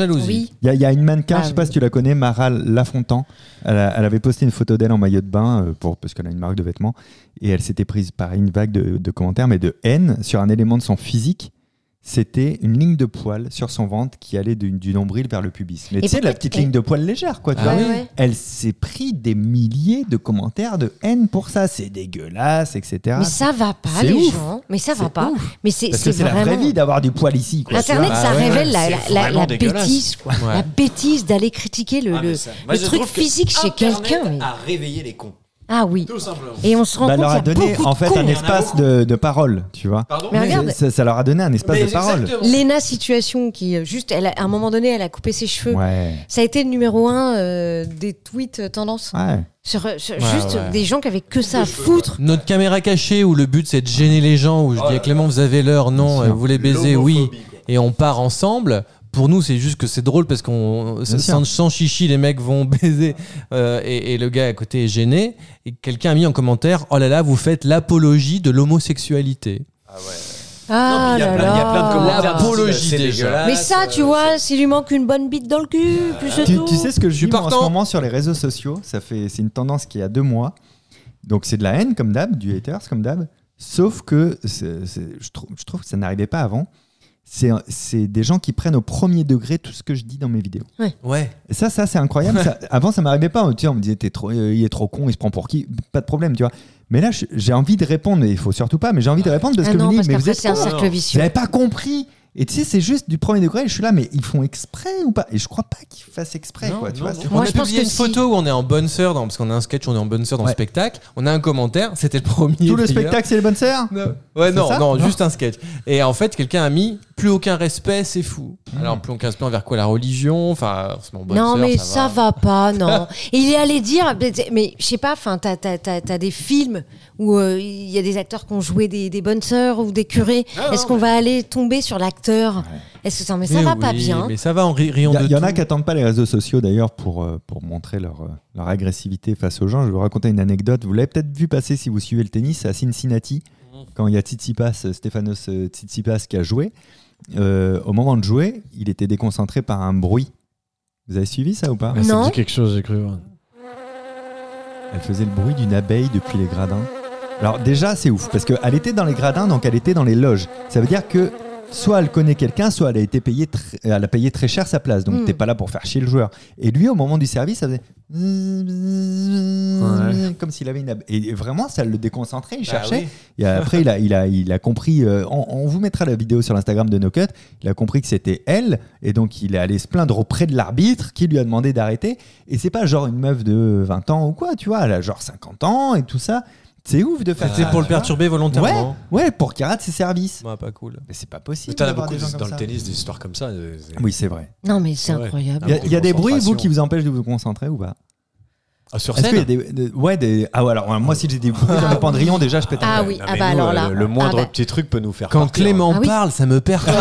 Speaker 4: jalousie.
Speaker 3: Oui.
Speaker 2: Il y, a- il y a une mannequin,
Speaker 3: Ah
Speaker 2: je sais pas
Speaker 3: oui.
Speaker 2: si tu la connais, Mara Lafontan. Elle, a- elle avait posté une photo d'elle en maillot de bain euh, pour, parce qu'elle a une marque de vêtements. Et elle s'était prise par une vague de, de commentaires, mais de haine sur un élément de son physique. C'était une ligne de poils sur son ventre qui allait du, du nombril vers le pubis. Mais
Speaker 3: Et
Speaker 2: tu sais, la
Speaker 3: peut-être-
Speaker 2: petite
Speaker 3: et-
Speaker 2: ligne de poils légère, quoi. Tu
Speaker 4: Ah
Speaker 2: vois.
Speaker 3: Ouais, ouais.
Speaker 2: Elle s'est pris des milliers de commentaires de haine pour ça. C'est dégueulasse, et cetera.
Speaker 3: Mais ça va pas,
Speaker 2: C'est
Speaker 3: les
Speaker 2: ouf.
Speaker 3: gens. Mais ça va
Speaker 2: C'est
Speaker 3: pas.
Speaker 2: ouf.
Speaker 3: Mais c'est
Speaker 2: Parce
Speaker 3: c'est
Speaker 2: que c'est la vraie
Speaker 3: vraiment.
Speaker 2: vie d'avoir du poil ici, quoi. tu vois.
Speaker 3: Internet, ça
Speaker 4: Bah ouais,
Speaker 3: révèle la,
Speaker 5: c'est
Speaker 3: la- la-
Speaker 5: vraiment
Speaker 3: la
Speaker 5: dégueulasse.
Speaker 3: bêtise, quoi.
Speaker 4: Ouais.
Speaker 3: La bêtise d'aller critiquer le,
Speaker 5: Ah,
Speaker 3: le,
Speaker 5: mais ça- moi,
Speaker 3: le
Speaker 5: je
Speaker 3: truc
Speaker 5: trouve que
Speaker 3: physique chez
Speaker 5: Internet
Speaker 3: quelqu'un. mais-
Speaker 5: a réveillé les cons.
Speaker 3: Ah oui.
Speaker 5: Tout simplement.
Speaker 3: Et on se rend
Speaker 2: Bah,
Speaker 3: compte
Speaker 2: leur a
Speaker 3: qu'il y a
Speaker 2: donné
Speaker 3: beaucoup
Speaker 2: en
Speaker 3: de
Speaker 2: fait
Speaker 3: cons.
Speaker 2: un espace de, de parole, tu vois.
Speaker 5: Pardon
Speaker 3: Mais regarde.
Speaker 2: ça, ça leur a donné un espace
Speaker 5: Mais
Speaker 2: de parole.
Speaker 5: exactement.
Speaker 3: Léna Situation, qui euh, juste, elle a- à un moment donné, elle a coupé ses cheveux.
Speaker 2: Ouais.
Speaker 3: Ça a été le numéro un euh, des tweets euh, tendance.
Speaker 2: Ouais.
Speaker 3: Sur, euh, sur-
Speaker 4: Ouais,
Speaker 3: juste
Speaker 4: ouais.
Speaker 3: des gens qui avaient que ça à foutre.
Speaker 4: Notre caméra cachée où le but c'est de gêner les gens, où je dis à Clément vous avez l'heure, non,
Speaker 2: Bien
Speaker 4: euh,
Speaker 2: sûr.
Speaker 4: vous voulez baiser, oui,
Speaker 5: L'homophobie, quoi.
Speaker 4: et on part ensemble. Pour nous, c'est juste que c'est drôle parce qu'on
Speaker 2: Bien
Speaker 4: sans,
Speaker 2: sûr.
Speaker 4: sans chichi, les mecs vont baiser euh, et, et le gars à côté est gêné. Et quelqu'un a mis en commentaire oh là là, vous faites l'apologie de l'homosexualité.
Speaker 3: Ah
Speaker 5: Non, mais il y a
Speaker 3: là
Speaker 5: plein- il y a plein de
Speaker 3: là.
Speaker 5: commentaires.
Speaker 4: L'apologie,
Speaker 5: C'est
Speaker 4: déjà.
Speaker 5: dégueulasse,
Speaker 3: Mais ça, tu
Speaker 5: euh,
Speaker 3: vois, s'il lui manque une bonne bite dans le cul, puis c'est
Speaker 2: Tu,
Speaker 3: tout.
Speaker 2: tu sais ce que je
Speaker 4: suis
Speaker 2: vis moi, en ce
Speaker 4: partant.
Speaker 2: moment sur les réseaux sociaux, ça fait, c'est une tendance qui a deux mois. Donc c'est de la haine comme d'hab, du haters comme d'hab. Sauf que c'est- c'est- je, trouve, je trouve que ça n'arrivait pas avant. C'est, c'est des gens qui prennent au premier degré tout ce que je dis dans mes vidéos.
Speaker 4: Ouais.
Speaker 2: Et ça, ça c'est incroyable. Ça- avant, ça m'arrivait pas. Tu sais, on me disait, T'es trop, euh, il est trop con, il se prend pour qui. Pas de problème, tu vois. Mais là, je- j'ai envie de répondre, mais il faut surtout pas. Mais j'ai envie de répondre parce
Speaker 3: Ah
Speaker 2: que je
Speaker 3: non,
Speaker 2: me dis,
Speaker 3: parce
Speaker 2: mais vous
Speaker 3: qu'après,
Speaker 2: êtes
Speaker 3: c'est un
Speaker 2: cons.
Speaker 3: cercle
Speaker 2: Vous
Speaker 3: vicieux.
Speaker 2: n'avez pas compris. Et tu sais, c'est juste du premier degré. Et je suis là, mais ils font exprès ou pas. Et je crois pas qu'ils fassent exprès,
Speaker 4: Non,
Speaker 2: quoi. Tu
Speaker 5: non,
Speaker 2: vois,
Speaker 5: non.
Speaker 2: c'est-
Speaker 3: Moi,
Speaker 4: on a
Speaker 3: je pense
Speaker 4: publié
Speaker 3: que
Speaker 4: une
Speaker 3: si.
Speaker 4: photo où on est en bonne sœur, dans, parce qu'on a un sketch, on est en bonne sœur dans
Speaker 2: Ouais.
Speaker 4: le spectacle. On a un commentaire, c'était le premier.
Speaker 2: Tout le
Speaker 4: d'ailleurs.
Speaker 2: spectacle, c'est les bonnes sœurs.
Speaker 4: Non. Ouais,
Speaker 2: C'est
Speaker 4: non,
Speaker 2: ça
Speaker 4: non,
Speaker 2: Non.
Speaker 4: juste un sketch. Et en fait, quelqu'un a mis plus aucun respect, c'est fou. Alors, plus aucun respect envers quoi? La religion? Enfin, c'est mon bonne
Speaker 3: Non,
Speaker 4: sœur,
Speaker 3: mais
Speaker 4: ça,
Speaker 3: ça va pas, non. Et il est allé dire, mais, mais je sais pas, enfin, t'as, t'as, t'as, t'as des films où euh, il y a des acteurs qui ont joué des, des bonnes sœurs ou des curés.
Speaker 5: Ah,
Speaker 3: Est-ce
Speaker 5: non,
Speaker 3: qu'on va aller tomber sur l'acteur? Est-ce que ça, mais ça
Speaker 4: Mais
Speaker 3: va
Speaker 4: oui,
Speaker 3: pas bien.
Speaker 4: Mais ça va en ri- riant
Speaker 2: Il y, a-
Speaker 4: de
Speaker 2: il y en
Speaker 4: tout.
Speaker 2: a qui attendent pas les réseaux sociaux d'ailleurs pour, euh, pour montrer leur, euh, leur agressivité face aux gens. Je vais vous raconter une anecdote. Vous l'avez peut-être vu passer si vous suivez le tennis à Cincinnati, quand il y a Tsitsipas, euh, Stefanos euh, Tsitsipas qui a joué. Euh, au moment de jouer, il était déconcentré par un bruit. Vous avez suivi ça ou pas?
Speaker 5: Ouais, ça
Speaker 3: Non.
Speaker 5: me dit quelque chose, j'ai cru.
Speaker 2: Elle faisait le bruit d'une abeille depuis les gradins. Alors déjà, c'est ouf, parce qu'elle était dans les gradins, donc elle était dans les loges. Ça veut dire que soit elle connaît quelqu'un, soit elle a été payée, tr- elle a payé très cher sa place. Donc
Speaker 3: Mm.
Speaker 2: t'es pas là pour faire chier le joueur. Et lui, au moment du service, ça faisait comme s'il avait une abeille. Et vraiment, ça le déconcentrait. Il
Speaker 4: Bah
Speaker 2: cherchait.
Speaker 4: oui.
Speaker 2: Et après, il a, il a, il a compris. euh, on, on vous mettra la vidéo sur l'Instagram de No Cut. Il a compris que c'était elle, et donc il est allé se plaindre auprès de l'arbitre, qui lui a demandé d'arrêter. Et c'est pas genre une meuf de vingt ans ou quoi, tu vois. Elle a genre cinquante ans et tout ça. C'est ouf de faire
Speaker 4: C'était
Speaker 2: ça.
Speaker 4: pour le
Speaker 2: tu vois.
Speaker 4: perturber volontairement.
Speaker 2: Ouais, ouais, pour qu'il rate ses services.
Speaker 4: Ouais, pas cool.
Speaker 2: Mais c'est pas possible.
Speaker 5: T'en as
Speaker 2: d'avoir
Speaker 5: beaucoup
Speaker 2: des gens
Speaker 5: dans
Speaker 2: comme
Speaker 5: le
Speaker 2: ça.
Speaker 5: tennis des histoires comme ça. euh, c'est-
Speaker 2: Oui, c'est vrai.
Speaker 3: Non, mais c'est
Speaker 5: Ouais.
Speaker 3: incroyable.
Speaker 2: Il y a, il y a des bruits, vous,
Speaker 5: concentration.
Speaker 2: qui vous empêchent de vous concentrer ou pas?
Speaker 5: Ah, sur
Speaker 2: Est-ce
Speaker 5: scène
Speaker 2: qu'il y a des, des- ouais, des. Ah ouais, alors moi, si j'ai des bruits dans le pendrillon, déjà, je pète un
Speaker 3: Ah
Speaker 2: câble.
Speaker 3: oui,
Speaker 5: Non,
Speaker 3: ah
Speaker 5: mais
Speaker 3: bah
Speaker 5: nous,
Speaker 3: alors
Speaker 5: euh,
Speaker 3: là.
Speaker 5: Le, le moindre
Speaker 3: Ah bah.
Speaker 5: petit truc peut nous faire
Speaker 4: Quand
Speaker 5: partir.
Speaker 4: Clément
Speaker 3: Ah oui.
Speaker 4: parle, ça me perturbe.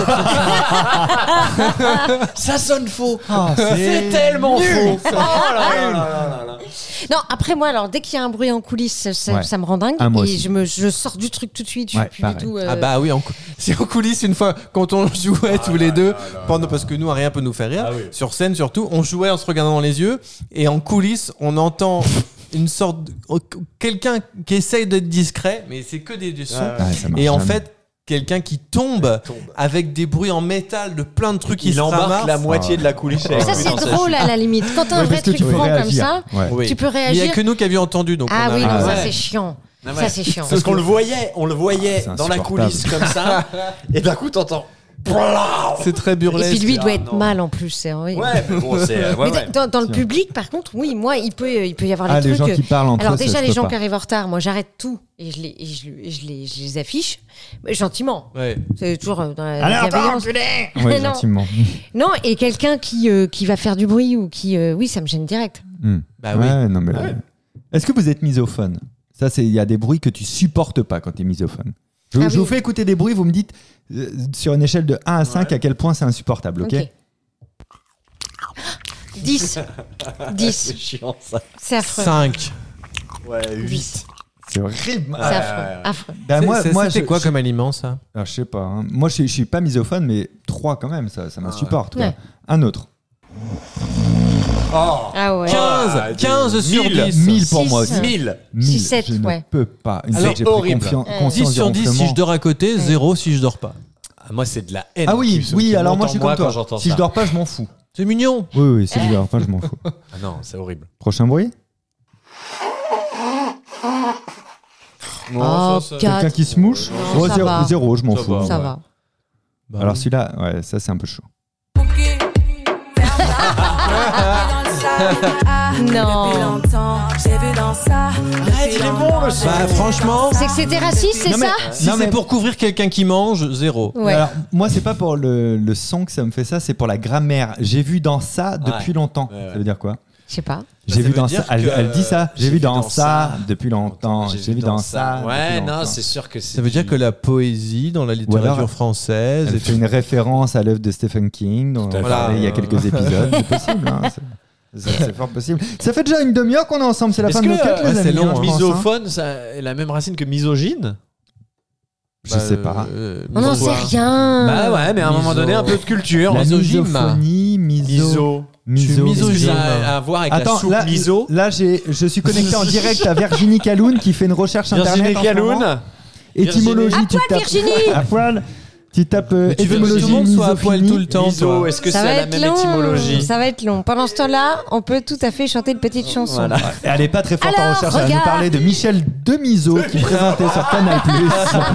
Speaker 5: Ça sonne faux.
Speaker 2: Ah,
Speaker 5: C'est tellement faux. Oh là là là là là.
Speaker 3: Non, après moi, alors dès qu'il y a un bruit en coulisses, ça,
Speaker 2: Ouais.
Speaker 3: ça me rend dingue.
Speaker 2: Ah, moi
Speaker 3: et
Speaker 2: aussi.
Speaker 3: je, me, je sors du truc tout de suite. Je
Speaker 2: Ouais,
Speaker 3: suis plus
Speaker 2: pareil.
Speaker 3: du tout. euh,
Speaker 4: Ah bah oui, en cou- c'est en coulisses une fois quand on jouait tous les deux, pendant, parce que nous rien peut nous faire rire.
Speaker 5: Ah oui.
Speaker 4: Sur scène surtout, on jouait en se regardant dans les yeux et en coulisses, on entend une sorte de- quelqu'un qui essaye d'être discret, mais c'est que des, des sons.
Speaker 5: Ouais,
Speaker 2: Ouais, ça marche
Speaker 4: Et en
Speaker 2: jamais.
Speaker 4: fait, quelqu'un qui tombe
Speaker 5: Tombe.
Speaker 4: avec des bruits en métal de plein de trucs qui
Speaker 5: Il
Speaker 4: se
Speaker 5: embarque
Speaker 4: ramassent.
Speaker 5: la moitié de la coulisse. avec
Speaker 3: Ça,
Speaker 5: lui
Speaker 3: c'est
Speaker 5: dans sa
Speaker 3: drôle
Speaker 5: chute.
Speaker 3: à la limite. Quand t'as un
Speaker 2: Ouais,
Speaker 3: vrai
Speaker 2: parce que
Speaker 3: truc
Speaker 2: tu peux
Speaker 3: franc comme
Speaker 2: réagir.
Speaker 3: ça,
Speaker 2: Ouais.
Speaker 4: Oui.
Speaker 3: tu peux
Speaker 4: Mais il n'y
Speaker 3: réagir.
Speaker 4: a que nous qui avions entendu, donc
Speaker 3: Ah
Speaker 4: on a
Speaker 3: oui, non,
Speaker 4: rien.
Speaker 3: ça
Speaker 5: Ouais.
Speaker 3: c'est chiant.
Speaker 5: Ah ouais.
Speaker 3: Ça c'est chiant.
Speaker 5: Parce qu'on le voyait, on le voyait
Speaker 2: C'est
Speaker 5: dans la
Speaker 2: insupportable.
Speaker 5: coulisse comme ça, et d'un coup t'entends.
Speaker 4: C'est très
Speaker 3: Et
Speaker 4: burlesque.
Speaker 3: puis lui, il doit
Speaker 5: Ah,
Speaker 3: être
Speaker 5: non.
Speaker 3: mal en plus. C'est horrible.
Speaker 5: Ouais, mais bon, c'est. euh, ouais,
Speaker 3: Mais
Speaker 5: ouais.
Speaker 3: dans, dans le
Speaker 2: Tiens.
Speaker 3: public, par contre, oui, moi, il peut, il peut y avoir
Speaker 2: Ah,
Speaker 3: des
Speaker 2: les gens
Speaker 3: trucs.
Speaker 2: qui parlent entre
Speaker 3: Alors
Speaker 2: eux, ça,
Speaker 3: déjà,
Speaker 2: je
Speaker 3: les
Speaker 2: peux
Speaker 3: gens
Speaker 2: pas.
Speaker 3: qui arrivent en retard, moi, j'arrête tout et je les, et je, et je les, je les affiche mais gentiment.
Speaker 4: Ouais.
Speaker 3: C'est toujours euh, dans la
Speaker 2: Alors,
Speaker 3: bienveillance.
Speaker 2: Ouais,
Speaker 3: Non.
Speaker 2: gentiment.
Speaker 3: Non, et quelqu'un qui, euh, qui va faire du bruit ou qui, euh, oui, ça me gêne direct.
Speaker 2: Hmm.
Speaker 4: Bah oui.
Speaker 2: Ouais, non, mais.
Speaker 5: Ouais.
Speaker 2: Est-ce que vous êtes misophone? Ça, c'est il y a des bruits que tu supportes pas quand tu es misophone. Je,
Speaker 3: Ah
Speaker 2: je
Speaker 3: oui.
Speaker 2: vous fais écouter des bruits, vous me dites euh, sur une échelle de un à cinq à quel point c'est insupportable, ok?
Speaker 3: Ok. dix. dix.
Speaker 5: C'est chiant ça.
Speaker 3: C'est affreux.
Speaker 4: cinq.
Speaker 5: Ouais,
Speaker 3: huit.
Speaker 2: C'est horrible.
Speaker 3: C'est
Speaker 5: Ouais,
Speaker 3: affreux.
Speaker 5: ouais, ouais.
Speaker 3: affreux.
Speaker 2: Bah, moi,
Speaker 4: C'est-
Speaker 2: moi,
Speaker 4: C'était
Speaker 2: je-
Speaker 4: quoi
Speaker 2: je-
Speaker 4: comme aliment ça?
Speaker 2: alors, je sais pas. hein. Moi, je, je suis pas misophone, mais trois quand même, ça, ça m'insupporte. quoi.
Speaker 3: Ouais.
Speaker 2: Un autre.
Speaker 3: Ah ouais.
Speaker 4: quinze, quinze sur
Speaker 5: mille.
Speaker 4: dix.
Speaker 2: mille pour moi
Speaker 3: Six.
Speaker 2: aussi.
Speaker 5: mille.
Speaker 2: mille,
Speaker 3: sept,
Speaker 2: je
Speaker 3: ouais.
Speaker 2: ne peux pas. Une
Speaker 5: Alors,
Speaker 2: fois que j'ai pris
Speaker 5: horrible.
Speaker 2: confian-
Speaker 3: Euh,
Speaker 2: conscience
Speaker 4: dix sur dix si
Speaker 2: ronflement.
Speaker 4: je dors à côté, zéro si je dors pas.
Speaker 5: Ah, moi, c'est de la haine.
Speaker 2: Ah oui,
Speaker 5: qui-
Speaker 2: oui,
Speaker 5: qui
Speaker 2: alors
Speaker 5: monte
Speaker 2: moi
Speaker 5: en
Speaker 2: je suis comme
Speaker 5: quand
Speaker 2: toi.
Speaker 5: j'entends
Speaker 2: Si
Speaker 5: ça.
Speaker 2: je dors pas, je m'en fous.
Speaker 4: C'est mignon.
Speaker 2: Oui, oui, si je dors pas, je m'en fous.
Speaker 5: Ah non, c'est horrible.
Speaker 2: Prochain bruit.
Speaker 3: Oh,
Speaker 2: Quelqu'un
Speaker 3: quatre.
Speaker 2: qui se mouche.
Speaker 3: Non,
Speaker 2: Oh,
Speaker 3: ça
Speaker 2: zéro,
Speaker 3: va.
Speaker 2: zéro, je m'en
Speaker 5: Ça
Speaker 2: fous.
Speaker 5: va.
Speaker 3: Ça
Speaker 5: ouais.
Speaker 3: va.
Speaker 4: Bah
Speaker 2: Alors
Speaker 4: oui.
Speaker 2: celui-là, ouais, ça c'est un peu chaud.
Speaker 3: Non.
Speaker 5: Arrête, il est bon le son.
Speaker 4: Bah franchement,
Speaker 3: C'est que c'était raciste, c'est
Speaker 2: Non, mais-
Speaker 3: ça
Speaker 4: si
Speaker 2: Non,
Speaker 4: c'est
Speaker 2: mais-
Speaker 4: pour couvrir quelqu'un qui mange, zéro.
Speaker 3: Ouais.
Speaker 2: Alors, moi, c'est pas pour le, le son que ça me fait ça, c'est pour la grammaire. J'ai vu dans ça depuis
Speaker 5: Ouais.
Speaker 2: longtemps.
Speaker 5: Ouais, ouais.
Speaker 2: Ça veut dire quoi?
Speaker 3: Je sais pas.
Speaker 2: J'ai
Speaker 5: ça
Speaker 2: vu
Speaker 5: veut
Speaker 2: dans
Speaker 5: dire
Speaker 2: ça. Elle,
Speaker 5: que,
Speaker 2: elle dit ça. J'ai vu dans ça depuis longtemps.
Speaker 5: J'ai
Speaker 2: J'ai vu dans ça.
Speaker 5: Ouais,
Speaker 2: depuis
Speaker 5: non,
Speaker 2: longtemps.
Speaker 5: c'est sûr que c'est.
Speaker 4: Ça veut dire que la poésie dans la littérature
Speaker 2: alors,
Speaker 4: française
Speaker 2: Elle
Speaker 4: est
Speaker 2: fait une référence à l'œuvre de Stephen King dont
Speaker 5: Tout à
Speaker 2: on
Speaker 5: fait.
Speaker 2: parlait il y a quelques épisodes. C'est possible. Hein, c'est- c'est c'est fort possible. Ça fait déjà une demi-heure qu'on est ensemble. C'est la
Speaker 5: Est-ce
Speaker 2: fin de
Speaker 5: que,
Speaker 2: nos quatre,
Speaker 5: euh,
Speaker 2: les
Speaker 4: ouais, c'est
Speaker 2: amis.
Speaker 4: long,
Speaker 2: hein, je pense, hein.
Speaker 5: misophone, ça est la même racine que misogyne?
Speaker 2: Je sais pas.
Speaker 4: euh,
Speaker 3: On n'en
Speaker 4: miso-
Speaker 3: sait rien.
Speaker 5: Bah ouais, mais à un moment
Speaker 4: Miso-
Speaker 5: donné, un peu de culture.
Speaker 2: La
Speaker 4: misogyne,
Speaker 2: misophonie, miso,
Speaker 5: Miso.
Speaker 2: miso.
Speaker 4: misogyne.
Speaker 5: Est-ce que ça a à voir avec
Speaker 2: Attends,
Speaker 5: la soupe
Speaker 2: là,
Speaker 5: miso?
Speaker 2: là j'ai, je suis connecté en direct à Virginie Caloun qui fait une recherche
Speaker 5: Virginie
Speaker 2: internet. en ce moment.
Speaker 5: Caloun.
Speaker 2: Étymologie,
Speaker 3: À
Speaker 2: tu
Speaker 3: poil,
Speaker 2: tapes.
Speaker 3: Virginie
Speaker 2: À poil. Tu tapes euh,
Speaker 4: Mais tu veux que tout
Speaker 2: étymologie,
Speaker 4: le monde soit à poil
Speaker 2: misophonie.
Speaker 4: tout le temps,
Speaker 5: Miso,
Speaker 4: toi.
Speaker 5: est-ce que
Speaker 3: Ça
Speaker 5: c'est
Speaker 3: va
Speaker 5: la
Speaker 3: être
Speaker 5: même
Speaker 3: long.
Speaker 5: étymologie?
Speaker 3: Ça va être long. Pendant ce temps-là, on peut tout à fait chanter une petite chanson.
Speaker 5: Voilà.
Speaker 2: Elle est pas très forte en
Speaker 3: Alors,
Speaker 2: recherche. Elle va nous
Speaker 3: regarde.
Speaker 2: parler de Michel Demiso qui présentait sur Canal plus.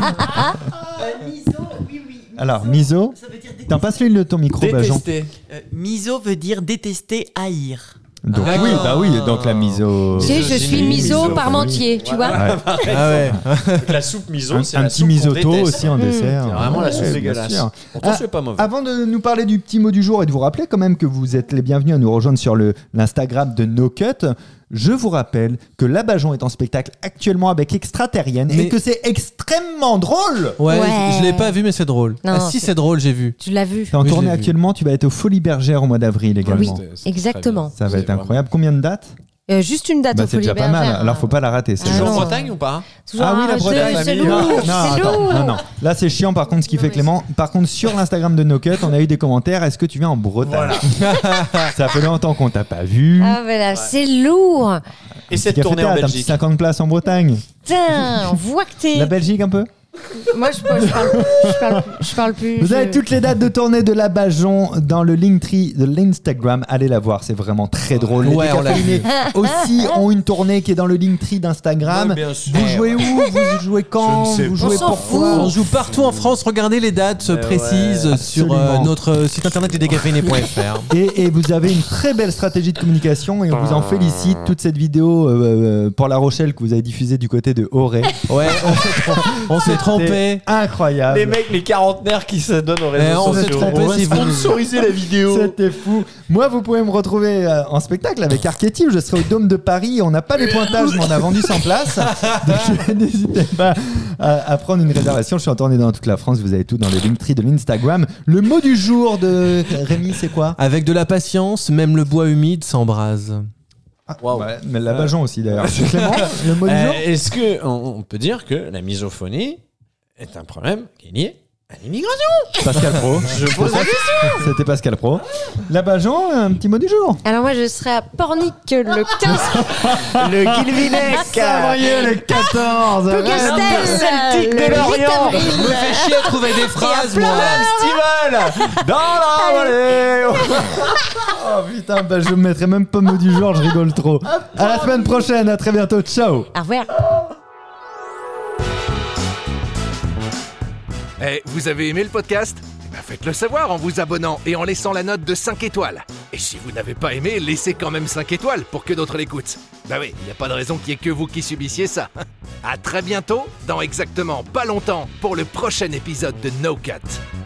Speaker 2: Alors, miso. T'en passes l'une de ton micro, Bajon.
Speaker 5: Détester.
Speaker 6: Euh, miso veut dire détester, haïr.
Speaker 2: Donc,
Speaker 4: Ah.
Speaker 2: oui, bah oui, donc la miso.
Speaker 3: Tu sais, je suis miso
Speaker 5: miso,
Speaker 3: parmentier, tu vois.
Speaker 2: Ouais.
Speaker 4: Ah ouais.
Speaker 5: Donc la soupe miso,
Speaker 2: Un,
Speaker 5: c'est
Speaker 2: un
Speaker 5: la
Speaker 2: petit
Speaker 5: soupe qu'on
Speaker 2: misoto
Speaker 5: déteste.
Speaker 2: aussi en dessert.
Speaker 5: C'est vraiment la soupe
Speaker 2: Ouais, bien
Speaker 5: dégueulasse.
Speaker 2: sûr.
Speaker 5: Pourtant,
Speaker 2: Ah,
Speaker 5: c'est pas mauvais.
Speaker 2: Avant de nous parler du petit mot du jour et de vous rappeler quand même que vous êtes les bienvenus à nous rejoindre sur le, l'Instagram de No Cut, je vous rappelle que La Bajon est en spectacle actuellement avec Extraterrienne et
Speaker 4: Mais-
Speaker 2: que c'est extrêmement drôle.
Speaker 4: Ouais,
Speaker 3: Ouais.
Speaker 4: je l'ai pas vu, mais c'est drôle.
Speaker 3: Non,
Speaker 4: ah si,
Speaker 3: c'est-
Speaker 4: c'est drôle, j'ai vu.
Speaker 3: Tu l'as vu.
Speaker 2: T'es en
Speaker 4: Oui, je
Speaker 2: tournée
Speaker 4: l'ai vu.
Speaker 2: actuellement, tu vas être aux Folies Bergères au mois d'avril également.
Speaker 3: Oui. Exactement.
Speaker 2: Ça va être incroyable. Combien de dates?
Speaker 3: Euh, juste une date
Speaker 2: Bah,
Speaker 3: au
Speaker 2: c'est déjà
Speaker 3: Folies
Speaker 2: pas mal.
Speaker 3: Bergères.
Speaker 2: Alors faut pas la rater. C'est
Speaker 3: Ah
Speaker 5: Toujours
Speaker 2: genre-
Speaker 5: en
Speaker 3: non.
Speaker 5: Bretagne ou pas?
Speaker 3: Toujours
Speaker 2: Ah oui, la
Speaker 3: arrêtez,
Speaker 2: Bretagne.
Speaker 3: c'est
Speaker 2: Non,
Speaker 3: lourd,
Speaker 2: non,
Speaker 3: c'est
Speaker 2: attends,
Speaker 3: lourd.
Speaker 2: non, non. Là, c'est chiant par contre ce qui fait Clément. Par contre, sur l'Instagram de No Cut, on a eu des commentaires. Est-ce que tu viens en Bretagne? Ça fait longtemps qu'on t'a pas vu.
Speaker 3: Ah ben là, c'est lourd.
Speaker 5: Et cette
Speaker 2: Café
Speaker 5: tournée en
Speaker 2: Théâtre, un petit
Speaker 5: Belgique.
Speaker 2: cinquante places en Bretagne.
Speaker 3: Putain, on voit que t'es.
Speaker 2: La Belgique un peu.
Speaker 3: Moi, je, je, parle, je, parle, je parle plus.
Speaker 2: Vous
Speaker 3: je-
Speaker 2: avez toutes les dates de tournée de La Bajon dans le Linktree de l'Instagram. Allez la voir, c'est vraiment très drôle.
Speaker 4: Ouais,
Speaker 2: Les
Speaker 4: on l'a
Speaker 2: décaféinés aussi ont une tournée qui est dans le Linktree d'Instagram.
Speaker 5: Ouais, bien sûr.
Speaker 2: Vous jouez où? Vous jouez quand?
Speaker 5: Je ne sais
Speaker 2: Vous
Speaker 5: pas.
Speaker 2: jouez
Speaker 3: On s'en
Speaker 2: pourquoi?
Speaker 4: On joue partout en France. Regardez les dates
Speaker 5: Euh,
Speaker 4: précises
Speaker 2: ouais,
Speaker 4: sur euh,
Speaker 2: absolument.
Speaker 4: notre site internet les décaféinés point f r.
Speaker 2: Et, et vous avez une très belle stratégie de communication et on vous en félicite. Toute cette vidéo euh, pour La Rochelle que vous avez diffusée du côté de Auray.
Speaker 4: Ouais, on s'est trom- on s'est trompé.
Speaker 2: C'est incroyable.
Speaker 5: Les mecs, les quarantenaires qui se donnent aux
Speaker 4: Eh,
Speaker 5: réseaux
Speaker 4: on s'est
Speaker 5: sociaux.
Speaker 4: trompé,
Speaker 5: On va
Speaker 4: si vous-
Speaker 5: sponsoriser la vidéo.
Speaker 2: C'était fou. Moi, vous pouvez me retrouver euh, en spectacle avec Archétype. Je serai au Dôme de Paris. On n'a pas les pointages, mais on a vendu cent places. Donc, n'hésitez pas à, à prendre une réservation. Je suis en tournée dans toute la France. Vous avez tout dans le Linktree de l'Instagram. Le mot du jour de Rémi, c'est quoi?
Speaker 4: Avec de la patience, même le bois humide s'embrase.
Speaker 5: Waouh.
Speaker 2: Ouais, mais la Bajon aussi d'ailleurs. C'est Clément, le mot du
Speaker 5: Euh,
Speaker 2: jour.
Speaker 5: Est-ce que on, on peut dire que la misophonie est un problème qui est lié à l'immigration?
Speaker 2: Pascal Pro.
Speaker 5: Je pose la question.
Speaker 2: C'était Pascal Pro. La Bajon, un petit mot du jour.
Speaker 3: Alors moi, je serai à Pornic le quinze.
Speaker 5: Le Guilvinec.
Speaker 2: Savoyeux le quatorze.
Speaker 3: Plougastel,
Speaker 5: Celtique
Speaker 3: le
Speaker 5: de
Speaker 3: huit
Speaker 5: Lorient.
Speaker 3: avril.
Speaker 4: Je me fais chier à trouver des phrases, moi.
Speaker 5: Festival dans la vallée.
Speaker 2: Oh putain, bah, je me mettrai même pas mot du jour, je rigole trop. À la semaine prochaine, à très bientôt, ciao.
Speaker 3: Au revoir.
Speaker 1: Eh, vous avez aimé le podcast? Eh ben, faites-le savoir en vous abonnant et en laissant la note de cinq étoiles. Et si vous n'avez pas aimé, laissez quand même cinq étoiles pour que d'autres l'écoutent. Bah oui, il n'y a pas de raison qu'il n'y ait que vous qui subissiez ça. À très bientôt, dans exactement pas longtemps, pour le prochain épisode de No Cut.